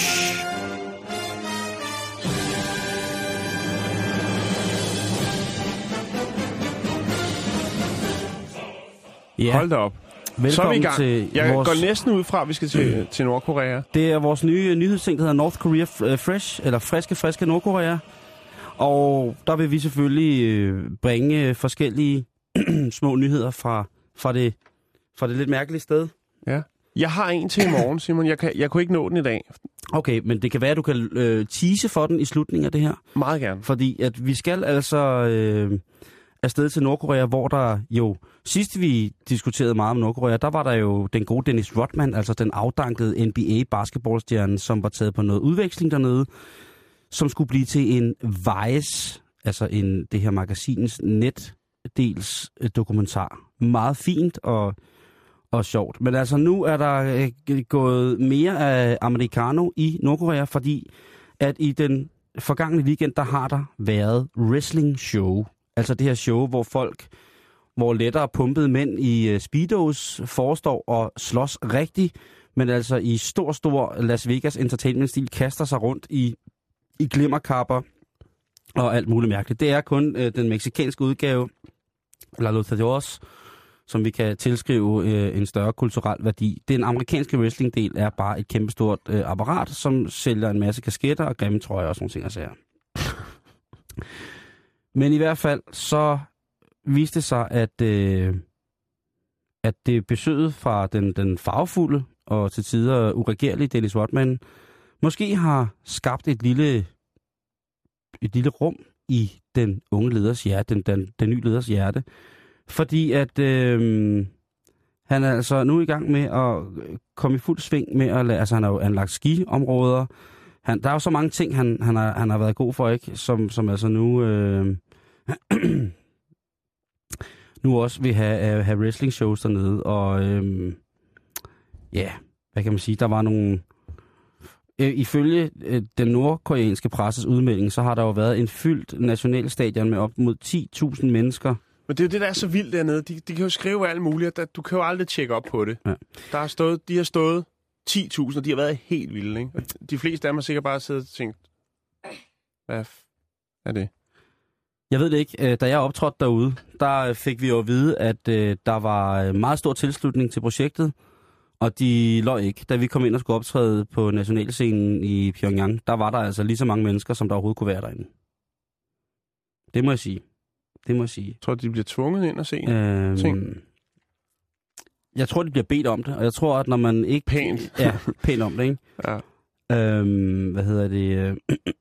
E: Ja. Hold da op.
F: Velkommen så er vi i gang.
E: Til Jeg vores... går næsten ud fra, at vi skal til, til Nordkorea.
F: Det er vores nye nyhedsting, der hedder North Korea Fresh, eller friske, friske Nordkorea. Og der vil vi selvfølgelig bringe forskellige små nyheder fra, fra, det, fra det lidt mærkelige sted.
E: Ja. Jeg har en til i morgen, Simon. Jeg, kan, jeg kunne ikke nå den i dag.
F: Okay, men det kan være, at du kan øh, tease for den i slutningen af det her.
E: Meget gerne.
F: Fordi at vi skal altså øh, afsted til Nordkorea, hvor der jo... Sidst vi diskuterede meget om Nordkorea, der var der jo den gode Dennis Rodman, altså den afdankede N B A-basketballstjerne, som var taget på noget udveksling dernede, som skulle blive til en Vice, altså en, det her magasinens netdels dokumentar. Meget fint og, og sjovt. Men altså nu er der gået mere af americano i Nordkorea, fordi at i den forgangne weekend, der har der været wrestling show. Altså det her show, hvor folk, hvor lettere pumpede mænd i speedos forestår og slås rigtigt, men altså i stor, stor Las Vegas entertainment-stil kaster sig rundt i, i glimmerkapper og alt muligt mærkeligt. Det er kun øh, den mexikanske udgave, La Luchadores, som vi kan tilskrive øh, en større kulturel værdi. Den amerikanske wrestling-del er bare et kæmpestort øh, apparat, som sælger en masse kasketter og grimme trøjer og sådan nogle ting og sager. Men i hvert fald så viste det sig, at, øh, at det besøget fra den, den farvefulde og til tider uregerlige Dennis Rodman måske har skabt et lille, et lille rum i den unge leders hjerte, den, den, den nye leders hjerte. Fordi at øh, han er altså nu i gang med at komme i fuld sving med at lade, altså han har jo anlagt skiområder. Han, der er jo så mange ting, han, han, har, han har været god for, ikke? Som, som altså nu, øh, nu også vil have, have wrestling shows dernede. Og øh, ja, hvad kan man sige, der var nogle... Øh, ifølge øh, den nordkoreanske presses udmelding, så har der jo været en fyldt nationalstadion med op mod ti tusind mennesker. Men
E: det er jo det, der er så vildt dernede. De, de kan jo skrive alt muligt, at du kan jo aldrig tjekke op på det. Ja. Der har stået, de har stået ti tusind, og de har været helt vilde, ikke? Og de fleste af dem har sikkert bare siddet og tænkt, hvad er det?
F: Jeg ved det ikke. Da jeg optrådte derude, der fik vi jo at vide, at øh, der var meget stor tilslutning til projektet, og de løg ikke. Da vi kom ind og skulle optræde på nationalscenen i Pyongyang, der var der altså lige så mange mennesker, som der overhovedet kunne være derinde. Det må jeg sige. Det må jeg sige.
E: Tror du, de bliver tvunget ind og se
F: øhm,
E: ting?
F: Jeg tror, de bliver bedt om det, og jeg tror, at når man ikke...
E: Pænt.
F: Ja, pænt om det, ikke?
E: Ja.
F: Øhm, hvad hedder det...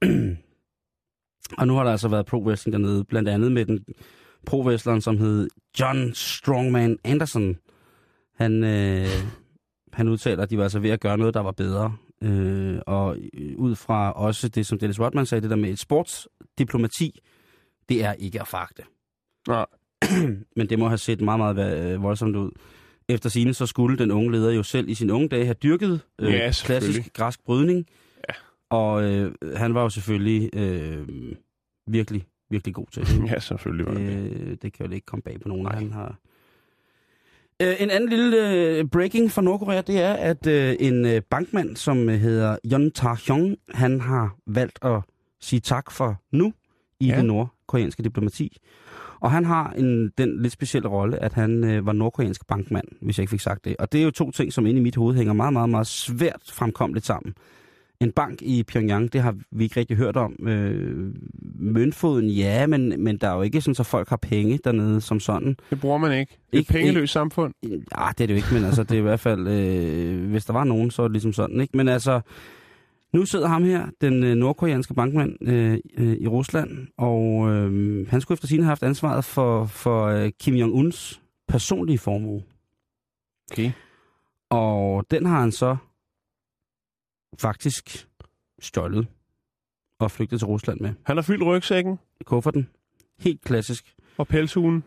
F: Og nu har der altså været pro-wrestling dernede, blandt andet med den pro-wrestleren, som hed John Strongman Anderson. Han, øh, han udtaler, at de var altså ved at gøre noget, der var bedre. Øh, og ud fra også det, som Dennis Rodman sagde, det der med et sportsdiplomati, det er ikke at fagte.
E: Nej.
F: Men det må have set meget, meget voldsomt ud. Efter sigende, så skulle den unge leder jo selv i sine unge dage have dyrket øh,
E: ja,
F: klassisk græsk brydning.
E: Ja.
F: Og øh, han var jo selvfølgelig øh, virkelig, virkelig god til det.
E: Ja, selvfølgelig var det.
F: Øh, det kan jo ikke komme bag på nogen, han har... Øh, en anden lille øh, breaking fra Nordkorea, det er, at øh, en øh, bankmand, som øh, hedder Yeon Ta-hyung, han har valgt at sige tak for nu i ja. det nordkoreanske diplomati. Og han har en, den lidt specielle rolle, at han øh, var nordkoreansk bankmand, hvis jeg ikke fik sagt det. Og det er jo to ting, som inde i mit hoved hænger meget, meget, meget svært fremkommeligt sammen. En bank i Pyongyang, det har vi ikke rigtig hørt om. Øh, møntfoden, ja, men, men der er jo ikke sådan, så folk har penge dernede som sådan.
E: Det bruger man ikke. Det er et pengeløst samfund.
F: Ja, det er det jo ikke, men altså, det er i hvert fald, øh, hvis der var nogen, så er det ligesom sådan, ikke? Men altså, nu sidder ham her, den øh, nordkoreanske bankmand øh, øh, i Rusland, og øh, han skulle efter sigende have haft ansvaret for, for øh, Kim Jong-uns personlige formue.
E: Okay.
F: Og den har han så faktisk stjålet og flygtet til Rusland med.
E: Han har fyldt rygsækken.
F: Kufferten. Helt klassisk.
E: Og pelshugen.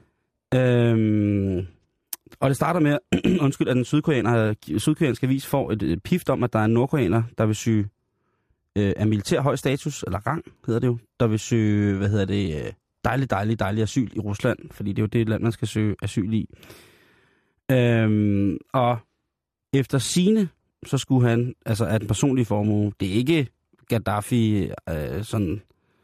F: Øhm, og det starter med, undskyld, at den sydkoreaner, sydkoreanske avis får et, et pift om, at der er en nordkoreaner, der vil søge øh, af militær høj status, eller rang hedder det jo, der vil søge, hvad hedder det, dejlig, dejlig, dejlig asyl i Rusland, fordi det er jo det land, man skal søge asyl i. Øhm, og efter sigende, så skulle han, altså af den personlige formue, det er ikke Gaddafi, øh, sådan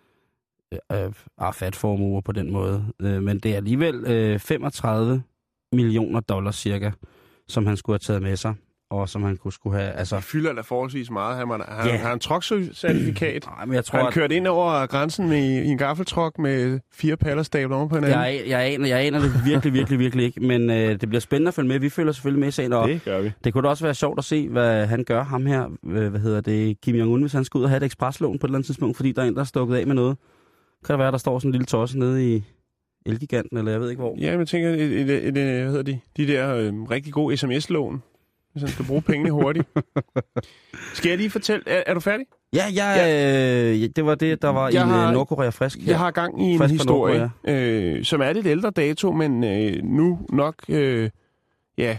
F: øh, Arafat-formuer på den måde, øh, men det er alligevel øh, femogtredive millioner dollars cirka, som han skulle have taget med sig, og som han kunne skulle have, altså...
E: Han fylder da forholdsvis meget. Han har, han,
F: yeah.
E: har en truckcertifikat.
F: Nej, men jeg tror,
E: han
F: at...
E: kørt ind over grænsen med, i en gaffeltruck med fire paller stablet oven på hinanden.
F: Jeg, jeg, aner, jeg aner det virkelig, virkelig, virkelig ikke, men øh, det bliver spændende at følge med. Vi følger selvfølgelig med i sagen, og
E: det gør vi.
F: Det kunne da også være sjovt at se, hvad han gør, ham her, hvad hedder det, Kim Jong-un, hvis han skal ud og have et ekspreslån på et eller andet tidspunkt, fordi der er en, der er stukket af med noget. Kan det være, der står sådan en lille tosse nede i Elgiganten, eller jeg ved ikke hvor?
E: Ja, men jeg tænker, et, et, et, et, hvad hedder de, de der øh, rigtig gode sms-lån, hvis han skal bruge pengene hurtigt. Skal jeg lige fortælle, er, er du færdig?
F: Ja, jeg, ja. Øh, det var det, der var jeg i har, Nordkorea frisk.
E: Jeg har gang i en frisk historie, øh, som er lidt ældre dato, men øh, nu nok, øh, ja...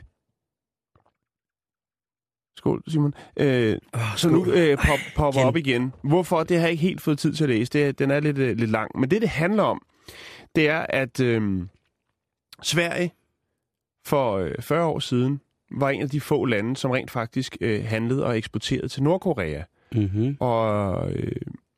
E: Skål, Simon. Øh, oh, så nu øh, pop, popper op igen. Hvorfor? Det har jeg ikke helt fået tid til at læse. Det, den er lidt, øh, lidt lang. Men det, det handler om, det er, at øh, Sverige for øh, fyrre år siden var en af de få lande, som rent faktisk øh, handlede og eksporterede til Nordkorea.
F: Mm-hmm.
E: Og øh,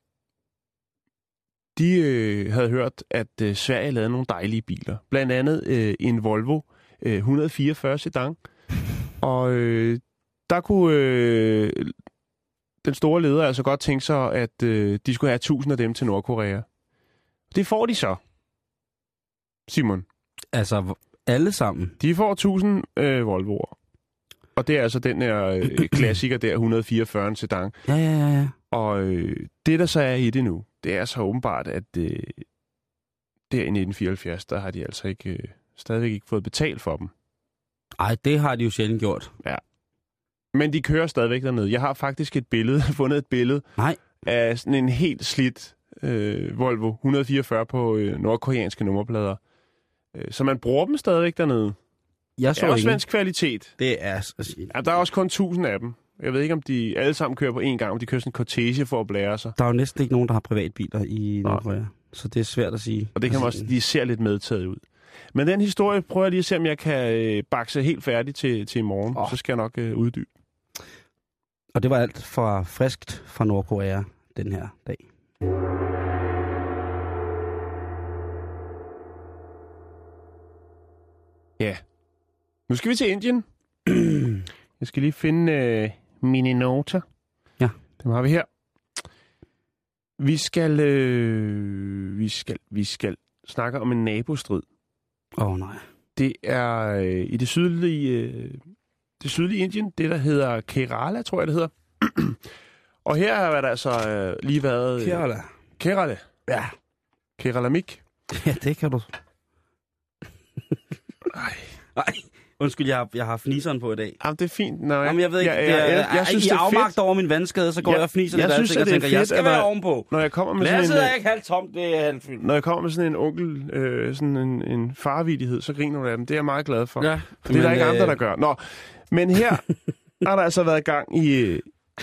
E: de øh, havde hørt, at øh, Sverige lavede nogle dejlige biler. Blandt andet øh, en Volvo øh, et hundrede fireogfyrre sedan. Og øh, der kunne øh, den store leder altså godt tænke sig, at øh, de skulle have tusind af dem til Nordkorea. Det får de så, Simon.
F: Altså alle sammen?
E: De får tusind øh, Volvoer. Og det er altså den her øh, klassiker der, et hundrede fireogfyrre sedan.
F: Ja, ja, ja. ja.
E: Og øh, det, der så er i det nu, det er så åbenbart, at øh, der i nitten fireoghalvfjerds, der har de altså ikke øh, stadigvæk ikke fået betalt for dem.
F: Ej, det har de jo sjældent gjort.
E: Ja. Men de kører stadigvæk dernede. Jeg har faktisk et billede, fundet et billede
F: Nej.
E: af sådan en helt slidt øh, Volvo et hundrede fireogfyrre på øh, nordkoreanske nummerplader. Øh, så man bruger dem stadigvæk dernede.
F: Jeg så
E: det er også
F: ingen.
E: svensk kvalitet.
F: Det er...
E: Ja, der er også kun tusind af dem. Jeg ved ikke, om de alle sammen kører på én gang, om de kører sådan en cortege for at blære sig.
F: Der er jo næsten ikke nogen, der har privatbiler i Nordkorea. Så det er svært at sige.
E: Og det kan man også, de ser lidt medtaget ud. Men den historie prøver jeg lige at se, om jeg kan øh, bakse helt færdig til, til i morgen. Oh. Så skal jeg nok øh, uddybe.
F: Og det var alt fra friskt fra Nordkorea den her dag.
E: Ja. Nu skal vi til Indien. Jeg skal lige finde øh, mine noter.
F: Ja.
E: Dem har vi her. Vi skal, øh, vi skal, vi skal snakke om en nabostrid.
F: Åh oh, nej.
E: Det er øh, i det sydlige, øh, det sydlige Indien, det der hedder Kerala, tror jeg det hedder. Og her har der altså øh, lige været... Øh,
F: Kerala.
E: Kerala.
F: Ja.
E: Keralamik.
F: Ja, det kan du.
E: Ej.
F: Nej. Undskyld, jeg har, jeg har fniseren på i dag.
E: Jamen, det er fint. Nå, jeg,
F: Jamen, jeg ved ikke,
E: jeg,
F: jeg,
E: jeg, jeg, jeg, jeg synes,
F: i
E: det er
F: afmagt
E: fedt.
F: over min vandskade, så går
E: Ja,
F: jeg og fniser
E: jeg
F: lidt
E: synes,
F: af,
E: at det er
F: tænker, jeg
E: fedt,
F: skal
E: at
F: være
E: når-
F: ovenpå.
E: Når jeg kommer med
F: Glasset
E: sådan en,
F: er ikke halvt tomt, det er halvt fyldt.
E: når jeg kommer med sådan en onkel, øh, sådan en, en farvidighed, så griner du af dem. Det er jeg meget glad for.
F: Ja,
E: For det er der
F: men,
E: ikke
F: øh,
E: andre, der gør. Nå, men her har der altså været gang i øh,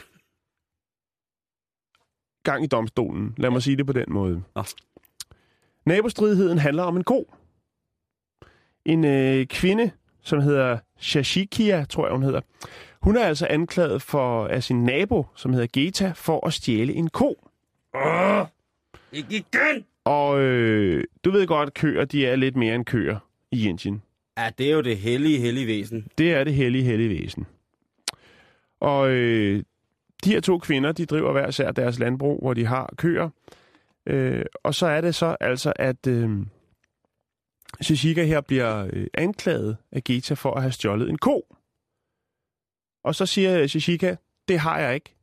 E: gang i domstolen. Lad mig sige det på den måde.
F: Nå.
E: Nabostridigheden handler om en ko. En øh, kvinde, som hedder Shashikia, tror jeg, hun hedder. Hun er altså anklaget for af sin nabo, som hedder Geta, for at stjæle en ko.
F: Åh, ikke igen!
E: Og øh, du ved godt, at køer, de er lidt mere end køer i Indien.
F: Ja, det er jo det hellige, hellige væsen.
E: Det er det hellige, hellige væsen. Og øh, de her to kvinder, de driver hver især deres landbrug, hvor de har køer. Øh, og så er det så altså, at øh, Shashika her bliver øh, anklaget af Geta for at have stjålet en ko. Og så siger Shashika, det har jeg ikke.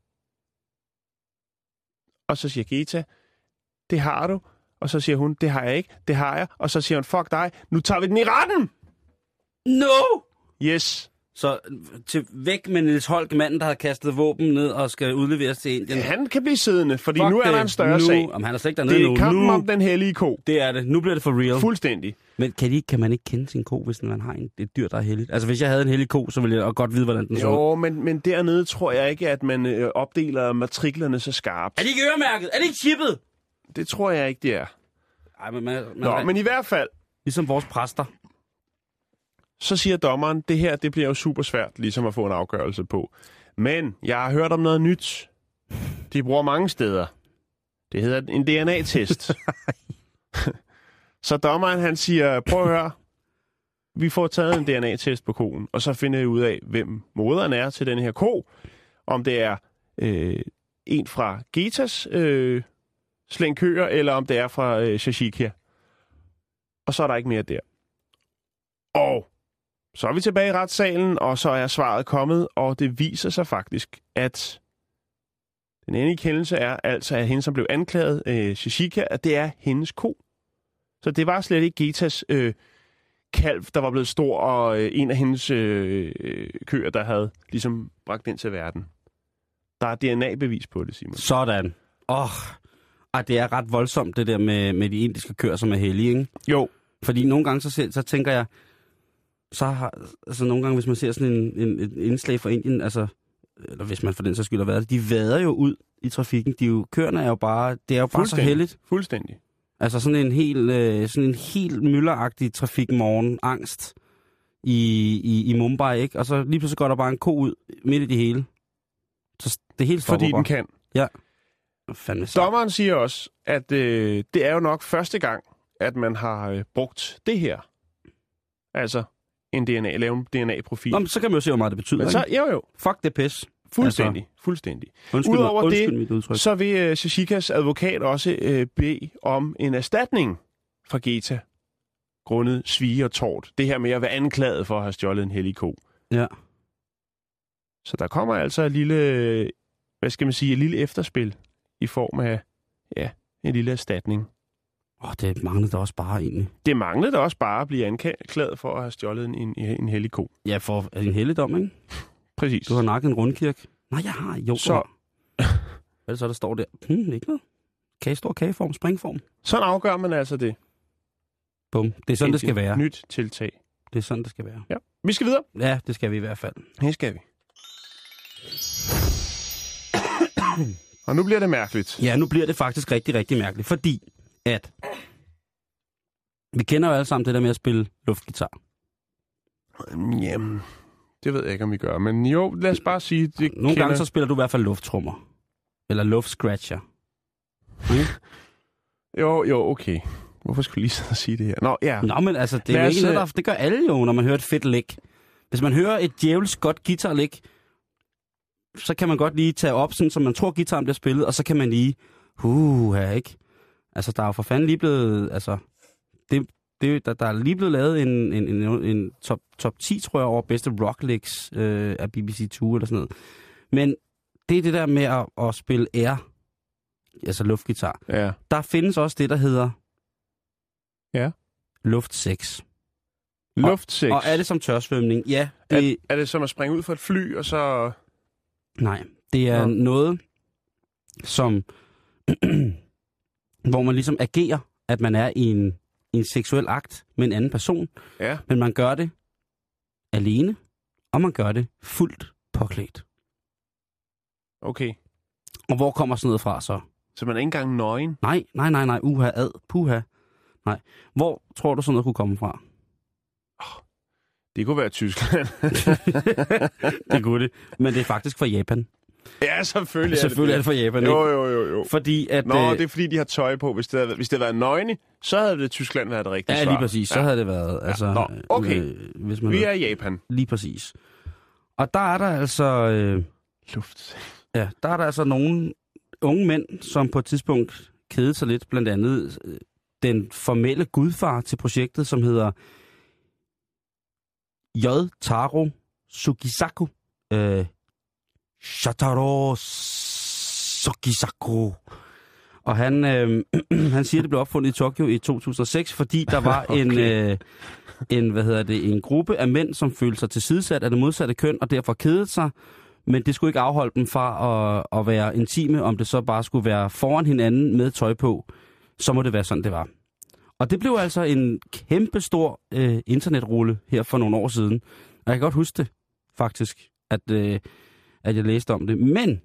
E: Og så siger Geta, det har du. Og så siger hun, det har jeg ikke, det har jeg. Og så siger hun, fuck dig, nu tager vi den i retten!
F: No!
E: Yes.
F: Så til væk med Niels Holk, manden, der har kastet våben ned og skal udleveres til Indien.
E: Han kan blive siddende, fordi
F: Fuck
E: nu er
F: det.
E: der en større
F: nu,
E: sag.
F: Jamen, han er slet ikke dernede
E: Det er
F: nu.
E: kampen
F: nu.
E: om den hellige ko.
F: Det er det. Nu bliver det for real.
E: Fuldstændig.
F: Men kan, de, kan man ikke kende sin ko, hvis man har en, et dyr, der er helligt? Altså, hvis jeg havde en hellig ko, så ville jeg godt vide, hvordan den så ud.
E: Jo, men, men dernede tror jeg ikke, at man øh, opdeler matriklerne så skarpt.
F: Er de ikke øremærket? Er de ikke chippet?
E: Det tror jeg ikke, det er.
F: Ej, men, man, man,
E: Nå, men i hvert fald,
F: ligesom vores præster.
E: så siger dommeren, det her det bliver jo super svært ligesom at få en afgørelse på. Men jeg har hørt om noget nyt. De bruger mange steder. Det hedder en D N A-test. Så dommeren han siger, prøv at høre, vi får taget en D N A-test på koen, og så finder jeg ud af, hvem moderen er til den her ko. Om det er øh, en fra Getas øh, slængkøer, eller om det er fra øh, Shashikia. Og så er der ikke mere der. Og så er vi tilbage i retssalen, og så er svaret kommet, og det viser sig faktisk, at den endelige kendelse er altså, at hende, som blev anklaget, øh, Shashika, at det er hendes ko. Så det var slet ikke Getas øh, kalv, der var blevet stor, og øh, en af hendes øh, køer, der havde ligesom bragt den til verden. Der er D N A-bevis på det, Simon.
F: Sådan. Åh, oh, det er ret voldsomt, det der med, med de indiske køer, som er hellige, ikke?
E: Jo.
F: Fordi nogle gange, så, så tænker jeg, så har, altså nogle gange, hvis man ser sådan en, en, en indslag fra Indien, altså, eller hvis man for den så skyld har været, de vader jo ud i trafikken. De er jo, køerne er jo bare, det er jo bare så heldigt.
E: Fuldstændig.
F: Altså sådan en helt, øh, sådan en helt mylderagtig trafikmorgen, angst i, i, i Mumbai, ikke? Og så lige pludselig går der bare en ko ud midt i det hele. Så det hele stopper
E: Fordi
F: bare.
E: den kan.
F: Ja. Fandme så.
E: Dommeren siger også, at øh, det er jo nok første gang, at man har øh, brugt det her. Altså en D N A, lave en D N A-profil.
F: Nå, men så kan man jo se, hvor meget det betyder.
E: Men så,
F: ikke?
E: jo jo,
F: Fuck det pis.
E: fuldstændig,
F: Altså,
E: fuldstændig.
F: Undskyld,
E: Udover
F: mig, undskyld
E: det,
F: mit udtryk.
E: så vil øh, Shashikas advokat også øh, bede om en erstatning fra Geta, grundet svige og tort. Det her med at være anklaget for at have stjålet en hellig ko.
F: Ja.
E: Så der kommer altså et lille, øh, hvad skal man sige, et lille efterspil i form af, ja, en lille erstatning.
F: Åh, oh, det manglede da også bare egentlig.
E: Det manglede da også bare at blive anklaget for at have stjålet en, en, en hellig ko.
F: Ja, for en helligdom, ikke?
E: Præcis.
F: Du har nakket en rundkirke. Nej, jeg har. Jo,
E: Så-
F: Hvad er det så, der står der? Hmm, ikke noget. Kage, stor kageform, springform.
E: Sådan afgør man altså det.
F: Bum. Det er sådan, det skal
E: Et
F: være.
E: nyt tiltag.
F: Det er sådan, det skal være.
E: Ja. Vi skal videre.
F: Ja, det skal vi i hvert fald.
E: Her skal vi. Og nu bliver det mærkeligt.
F: Ja, nu bliver det faktisk rigtig, rigtig mærkeligt, fordi at vi kender jo alle sammen det der med at spille luftgitar.
E: Jamen, det ved jeg ikke, om vi gør. Men jo, lad os bare sige... Det
F: Nogle
E: kender...
F: gange så spiller du i hvert fald lufttrummer. Eller luftscratcher. Mm?
E: Jo, jo, okay. Hvorfor skulle jeg lige sidde og sige det her? Nå, ja.
F: Nå, men altså, det er jo ikke noget, der, det gør alle jo, når man hører et fedt lick. Hvis man hører et djævelsk godt guitarlick, så kan man godt lige tage op, sådan, så man tror, guitaren bliver spillet, og så kan man lige, uh, her, ikke? Altså, der er jo for fanden lige blevet, altså, det, det, der, der er lige blevet lavet en, en, en, en top, top ti, tror jeg, over bedste rock licks øh, af B B C to eller sådan noget. Men det er det der med at, at spille air, altså luftgitar.
E: Ja.
F: Der findes også det, der hedder
E: ja.
F: luftsex.
E: Luftsex?
F: Og, og er det som tørsvømning? Ja. Det,
E: er, er det som at springe ud fra et fly, og så...
F: Nej, det er
E: ja.
F: noget, som... hvor man ligesom agerer, at man er i en, i en seksuel akt med en anden person.
E: Ja.
F: Men man gør det alene, og man gør det fuldt påklædt.
E: Okay.
F: Og hvor kommer sådan noget fra så?
E: Så man er ikke engang nøgen?
F: Nej, nej, nej, nej. Uha, ad, puha. Nej. Hvor tror du sådan noget kunne komme fra?
E: Oh, det kunne være Tyskland.
F: Det kunne det. Men det er faktisk fra Japan.
E: Ja, selvfølgelig.
F: Selvfølgelig er det,
E: er
F: det fra Japan, ikke?
E: Jo, jo, jo, jo.
F: Fordi at...
E: Nå, det er fordi, de har tøj på. Hvis det havde, hvis det havde været nøgne, så havde det Tyskland været det rigtige
F: svar.
E: svar.
F: Ja, lige præcis. Så
E: ja.
F: havde det været... Altså,
E: ja. Nå, okay.
F: Øh, hvis man
E: Vi er i Japan.
F: Lige præcis. Og der er der altså... Øh,
E: Luft.
F: Ja, der er der altså nogle unge mænd, som på et tidspunkt kedede sig lidt, blandt andet øh, den formelle gudfar til projektet, som hedder J. Taro Sugisaku. Øh, Shataro Sugisaku. Og han, øh, han siger, at det blev opfundet i Tokyo i to tusind og seks, fordi der var okay. en, øh, en, hvad hedder det, en gruppe af mænd, som følte sig tilsidesat af det modsatte køn, og derfor kedede sig. Men det skulle ikke afholde dem fra at, at være intime, om det så bare skulle være foran hinanden med tøj på. Så må det være sådan, det var. Og det blev altså en kæmpestor øh, internetrulle her for nogle år siden. Og jeg kan godt huske det, faktisk, at, øh, at jeg læste om det. Men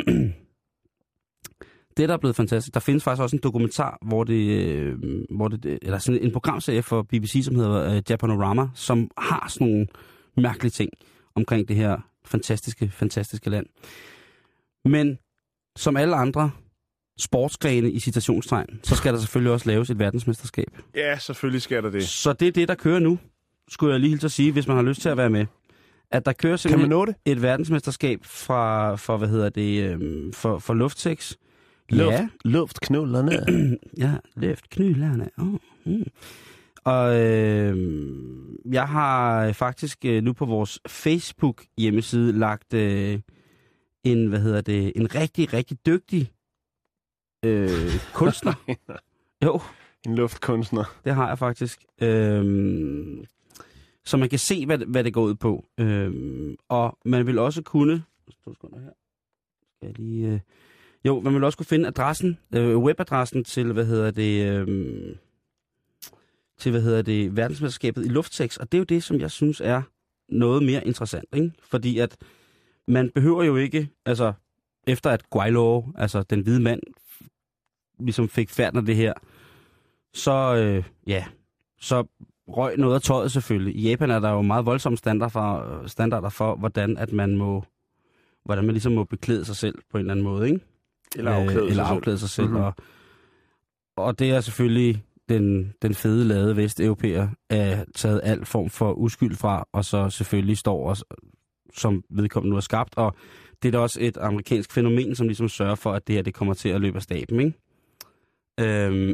F: det, der er blevet fantastisk, der findes faktisk også en dokumentar, hvor det, øh, hvor det eller sådan en programserie for B B C, som hedder øh, Japanorama, som har sådan nogle mærkelige ting omkring det her fantastiske, fantastiske land. Men som alle andre sportsgrene i citationstegn, så skal der selvfølgelig også laves et verdensmesterskab.
E: Ja, selvfølgelig skal der det.
F: Så det er det, der kører nu, skulle jeg lige hilse at sige, hvis man har lyst til at være med. At der kører simpelthen
E: kan man nå det?
F: Et verdensmesterskab fra, for, hvad hedder det, øhm, for, for luftsex.
E: Luft,
F: ja.
E: Luftknullerne.
F: Ja, luftknullerne. Oh, mm. Og øh, jeg har faktisk øh, nu på vores Facebook hjemmeside lagt øh, en, hvad hedder det, en rigtig, rigtig dygtig øh, kunstner. Jo.
E: En luftkunstner.
F: Det har jeg faktisk. Øh, så man kan se, hvad, hvad det går ud på. Øh, og man vil også kunne... To sekunder her. Skal jeg lige... Øh, jo, man vil også kunne finde adressen, øh, webadressen til, hvad hedder det... Øh, til, hvad hedder det, verdensmesterskabet i luftsex, og det er jo det, som jeg synes er noget mere interessant, ikke? Fordi at man behøver jo ikke, altså efter at Guaylo, altså den hvide mand, ligesom fik færden af det her, så, øh, ja, så røg noget af tøjet selvfølgelig. I Japan er der jo meget voldsomme standarder for, standarder for hvordan at man må, hvordan man ligesom må beklæde sig selv på en eller anden måde, ikke?
E: Eller afklæde,
F: øh, eller afklæde sig selv.
E: Mm-hmm.
F: Og, og det er selvfølgelig den, den fede lade vesteuropæer er taget al form for uskyld fra, og så selvfølgelig står også, som vedkommende nu er skabt, og det er da også et amerikansk fænomen, som ligesom sørger for, at det her det kommer til at løbe af staben, ikke? Øhm.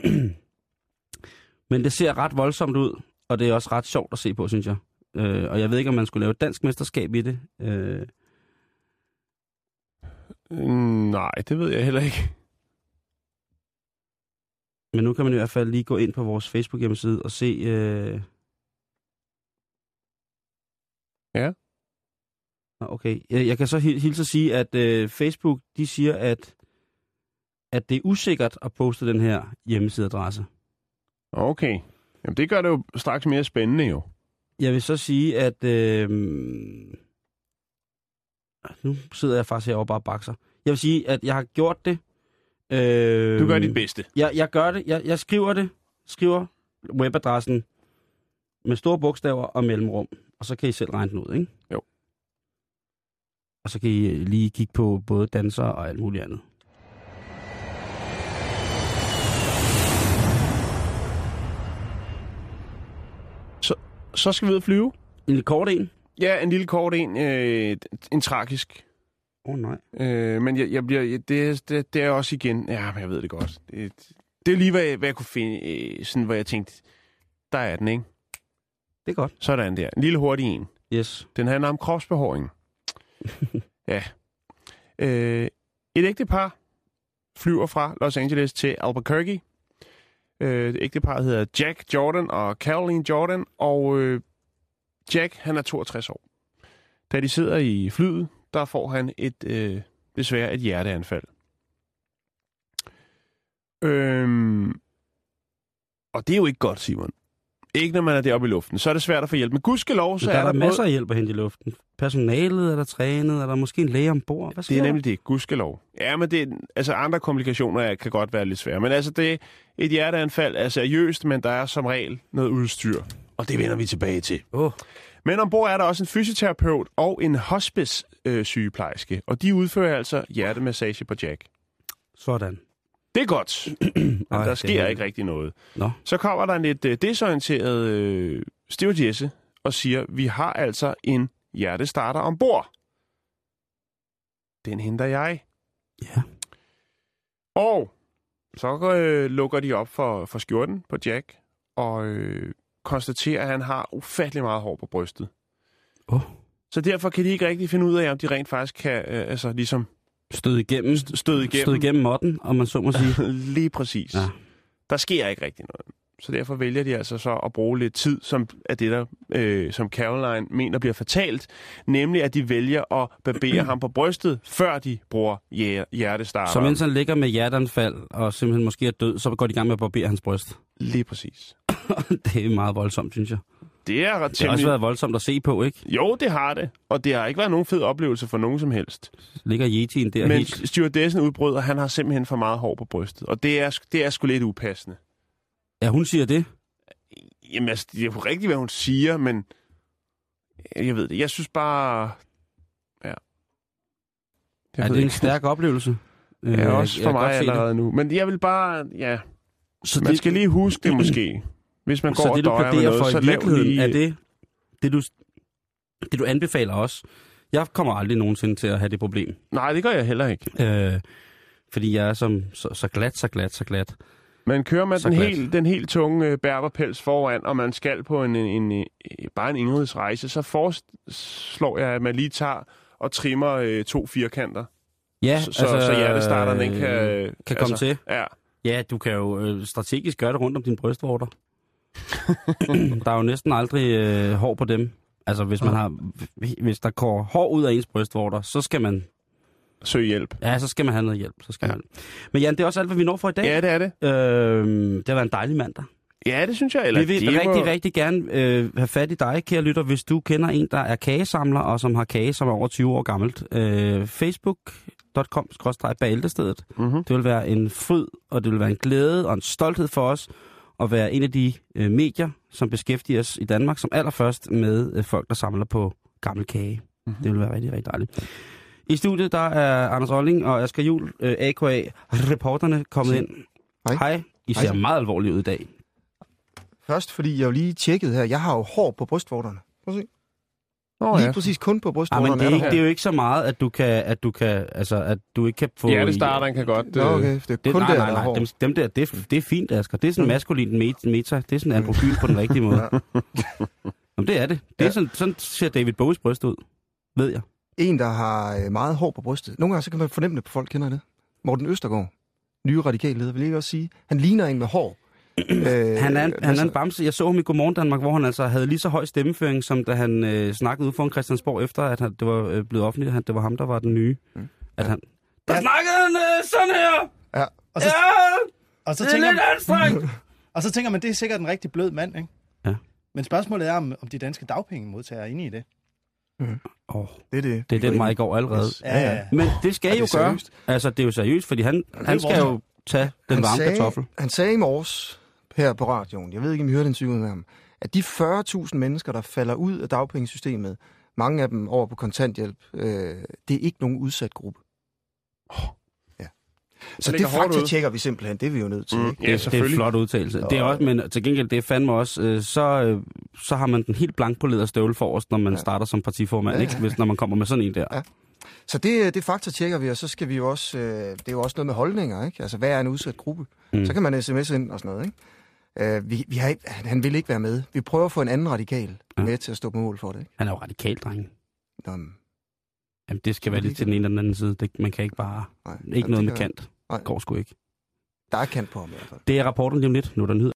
F: Men det ser ret voldsomt ud, og det er også ret sjovt at se på, synes jeg. Øh, og jeg ved ikke, om man skulle lave et dansk mesterskab i det. Øh.
E: Nej, det ved jeg heller ikke.
F: Men nu kan man i hvert fald lige gå ind på vores Facebook-hjemmeside og se... Øh...
E: Ja.
F: Okay. Jeg kan så hilse at sige, at øh, Facebook, de siger, at, at det er usikkert at poste den her hjemmesideadresse.
E: Okay. Jamen, det gør det jo straks mere spændende, jo.
F: Jeg vil så sige, at... Øh... Nu sidder jeg faktisk herovre og bare bakser. Jeg vil sige, at jeg har gjort det. Øh...
E: Du gør dit bedste.
F: Jeg, jeg gør det. Jeg, jeg skriver det. Skriver webadressen med store bogstaver og mellemrum. Og så kan I selv regne den ud, ikke?
E: Jo.
F: Og så kan I lige kigge på både dansere og alt muligt andet.
E: så skal vi ud og flyve.
F: En kort en?
E: Ja, en lille kort en. Øh, en tragisk.
F: Åh oh, nej.
E: Øh, men jeg, jeg bliver, det, det, det er også igen... Ja, men jeg ved det godt. Det, det er lige, hvad jeg, hvad jeg kunne finde, øh, sådan, hvor jeg tænkte, der er den, ikke?
F: Det er godt.
E: Sådan der. En lille hurtig en.
F: Yes.
E: Den handler om kropsbehåring. Ja. Øh, et ægtepar flyver fra Los Angeles til Albuquerque. Øh, ægteparret hedder Jack Jordan og Caroline Jordan, og øh, Jack, han er toogtres år. Da de sidder i flyet, der får han et øh, desværre et hjerteanfald. Øhm, og det er jo ikke godt, Simon. Ikke når man er deroppe i luften. Så er det svært at få hjælp. Men gudskelov, så
F: der er der,
E: er
F: der masser af hjælp at hente i luften. Personalet er der trænet, er der måske en læge ombord? Hvad
E: det er nemlig det, gudskelov. Ja, men det, altså andre komplikationer kan godt være lidt svære. Men altså det, et hjerteanfald er seriøst, men der er som regel noget udstyr. Og det vender vi tilbage til.
F: Oh.
E: Men ombord er der også en fysioterapeut og en hospice-sygeplejerske. Og de udfører altså hjertemassage på Jack.
F: Sådan.
E: Det er godt. Ej, der sker ikke rigtig noget.
F: Nå.
E: Så kommer der en lidt uh, desorienteret uh, stewardesse og siger, vi har altså en hjertestarter ombord. Den henter jeg.
F: Ja.
E: Og så uh, lukker de op for, for skjorten på Jack og uh, konstaterer, at han har ufattelig meget hår på brystet.
F: Oh.
E: Så derfor kan de ikke rigtig finde ud af, om de rent faktisk kan uh, altså ligesom
F: Stød igennem,
E: stød igennem.
F: Stød igennem modden, om man så må sige.
E: Lige præcis.
F: Ja.
E: Der sker ikke rigtig noget. Så derfor vælger de altså så at bruge lidt tid, som er det, der, øh, som Caroline mener bliver fatalt. Nemlig, at de vælger at barbere ham på brystet, før de bruger hjertestarter.
F: Så mens han ligger med hjerteanfald, og simpelthen måske er død, så går de i gang med at barbere hans bryst.
E: Lige præcis.
F: Det er meget voldsomt, synes jeg.
E: Det er ret
F: temmelig... Det har også været voldsomt at se på, ikke?
E: Jo, det har det. Og det har ikke været nogen fed oplevelse for nogen som helst.
F: Ligger Yeti'en der
E: Men
F: helt...
E: stewardessen udbryder, han har simpelthen for meget hår på brystet. Og det er, det er sgu lidt upassende.
F: Ja, hun siger det?
E: Jamen, altså, det er jo rigtigt, hvad hun siger, men... Jeg ved det. Jeg synes bare... Ja. Jeg
F: er det en ikke. stærk oplevelse?
E: Ja, også for mig allerede det. nu. Men jeg vil bare... Ja. Så man det... skal lige huske det måske. Hvis man går
F: så
E: og
F: det,
E: døjer med noget,
F: for
E: så
F: i virkeligheden
E: lige...
F: er det, det du, det, du anbefaler os. Jeg kommer aldrig nogensinde til at have det problem.
E: Nej, det gør jeg heller ikke.
F: Øh, fordi jeg er som, så, så glat, så glat, så glat.
E: Man kører med den helt, den helt tunge øh, berberpels foran, og man skal på en, en, en, bare en indrigsrejse, så foreslår jeg, at man lige tager og trimmer øh, to firkanter.
F: Ja,
E: så,
F: altså,
E: så hjertestarteren den kan... Øh,
F: kan
E: altså,
F: komme til.
E: Ja.
F: Ja, du kan jo øh, strategisk gøre det rundt om dine brystvorter. Der er jo næsten aldrig øh, hår på dem. Altså, hvis man har, hvis der går hår ud af ens brystvorter, så skal man...
E: Søge hjælp.
F: Ja, så skal man have noget hjælp. Så skal
E: ja.
F: man. Men Jan, det er også alt, hvad vi når for i dag.
E: Ja, det er det.
F: Øh, det har været en dejlig mandag.
E: Ja, det synes jeg. Eller
F: vi vil rigtig, må... rigtig gerne øh, have fat i dig, kære lytter, hvis du kender en, der er kagesamler, og som har kage, som er over tyve år gammelt. Øh, Facebook punktum com skråstreg bæltestedet. Mm-hmm. Det vil være en fryd, og det vil være en glæde og en stolthed for os at være en af de øh, medier, som beskæftiger os i Danmark som allerførst med øh, folk, der samler på gammel kage. Mm-hmm. Det vil være rigtig, rigtig dejligt. I studiet, der er Anders Olling og Asger Juhl, øh, A K A reporterne, kommet ind.
I: Hej.
F: Hej. I ser Hej. meget alvorligt ud i dag.
I: Først, fordi jeg jo lige tjekkede her, jeg har jo hår på brystvorterne. Prøv at se.
E: Oh,
I: lige
E: ja.
I: præcis kun på brystvorterne.
F: Ja, men det er, ikke, det er jo ikke så meget, at du kan, at du kan, altså, at du ikke kan få...
E: Hjertestarteren kan godt...
I: Nå, okay, det er
F: det,
I: kun
F: nej,
I: der,
F: nej,
I: der
F: nej,
I: hår.
F: dem, dem der, det, det er fint, Asger. Det er sådan en maskulin meta. Det er sådan en androgyn på den rigtige måde. Ja. Jamen, det er det. det er
I: ja.
F: sådan, sådan ser David Bowies bryst ud, ved jeg.
I: En, der har meget hår på brystet. Nogle gange så kan man fornemme det på folk, kender I det? Morten Østergaard, nye radikalleder, vil jeg også sige. Han ligner en med hår.
F: øh, han, er en, han er en bamse. Jeg så ham i Godmorgen Danmark, hvor han altså havde lige så høj stemmeføring, som da han øh, snakkede ude foran Christiansborg, efter at han, det var øh, blevet offentligt, at det var ham, der var den nye. Mm. At han, der ja. snakkede han øh, sådan her!
I: Ja.
J: Og så,
F: ja!
J: Og så
F: det er
J: tænker,
F: lidt anstrengt!
J: Og så tænker man, det er sikkert en rigtig blød mand, ikke?
F: Ja.
J: Men spørgsmålet er, om, om de danske dagpengemodtagere er inde i det.
I: Mm. Oh, det er det.
F: Det er den vej i går allerede.
J: Ja, ja, ja.
F: Men det skal
I: ja,
F: jo gøre. Altså, det er jo seriøst, fordi han, han skal jo tage den
I: han
F: varme
I: sagde,
F: kartoffel.
I: Han sagde i morges her på radioen, jeg ved ikke, om I hørte den syge med ham, at de fyrre tusind mennesker, der falder ud af dagpengesystemet, mange af dem over på kontanthjælp, øh, det er ikke nogen udsat gruppe. Oh. Ja. Så det faktatjekker vi simpelthen, det er vi jo nødt til.
E: Mm.
I: Ikke?
E: Ja,
F: det, det er en flot udtalelse. Det er også, men til gengæld, det er fandme også, øh, så, øh, så har man den helt blank på leder støvle forrest, når man ja. starter som partiformand, ja, ja. ikke? Hvis, når man kommer med sådan en der.
I: Ja. Så det, det faktatjekker vi, og så skal vi jo også, øh, det er jo også noget med holdninger, ikke? Altså, hvad er en udsat gruppe? Mm. Så kan man sms ind og sådan noget, ikke? Øh, vi, vi har, han vil ikke være med. Vi prøver at få en anden radikal ja. med til at stå på mål for det, ikke?
F: Han er jo radikal, dreng.
I: Nå,
F: Jamen, det skal være lidt til den ene eller den anden side. Det, man kan ikke bare... Nej, ikke noget med kant. Det går sgu ikke.
I: Der er kant på ham i hvert fald.
F: Det er rapporten lige om lidt. Nu er der nyhed.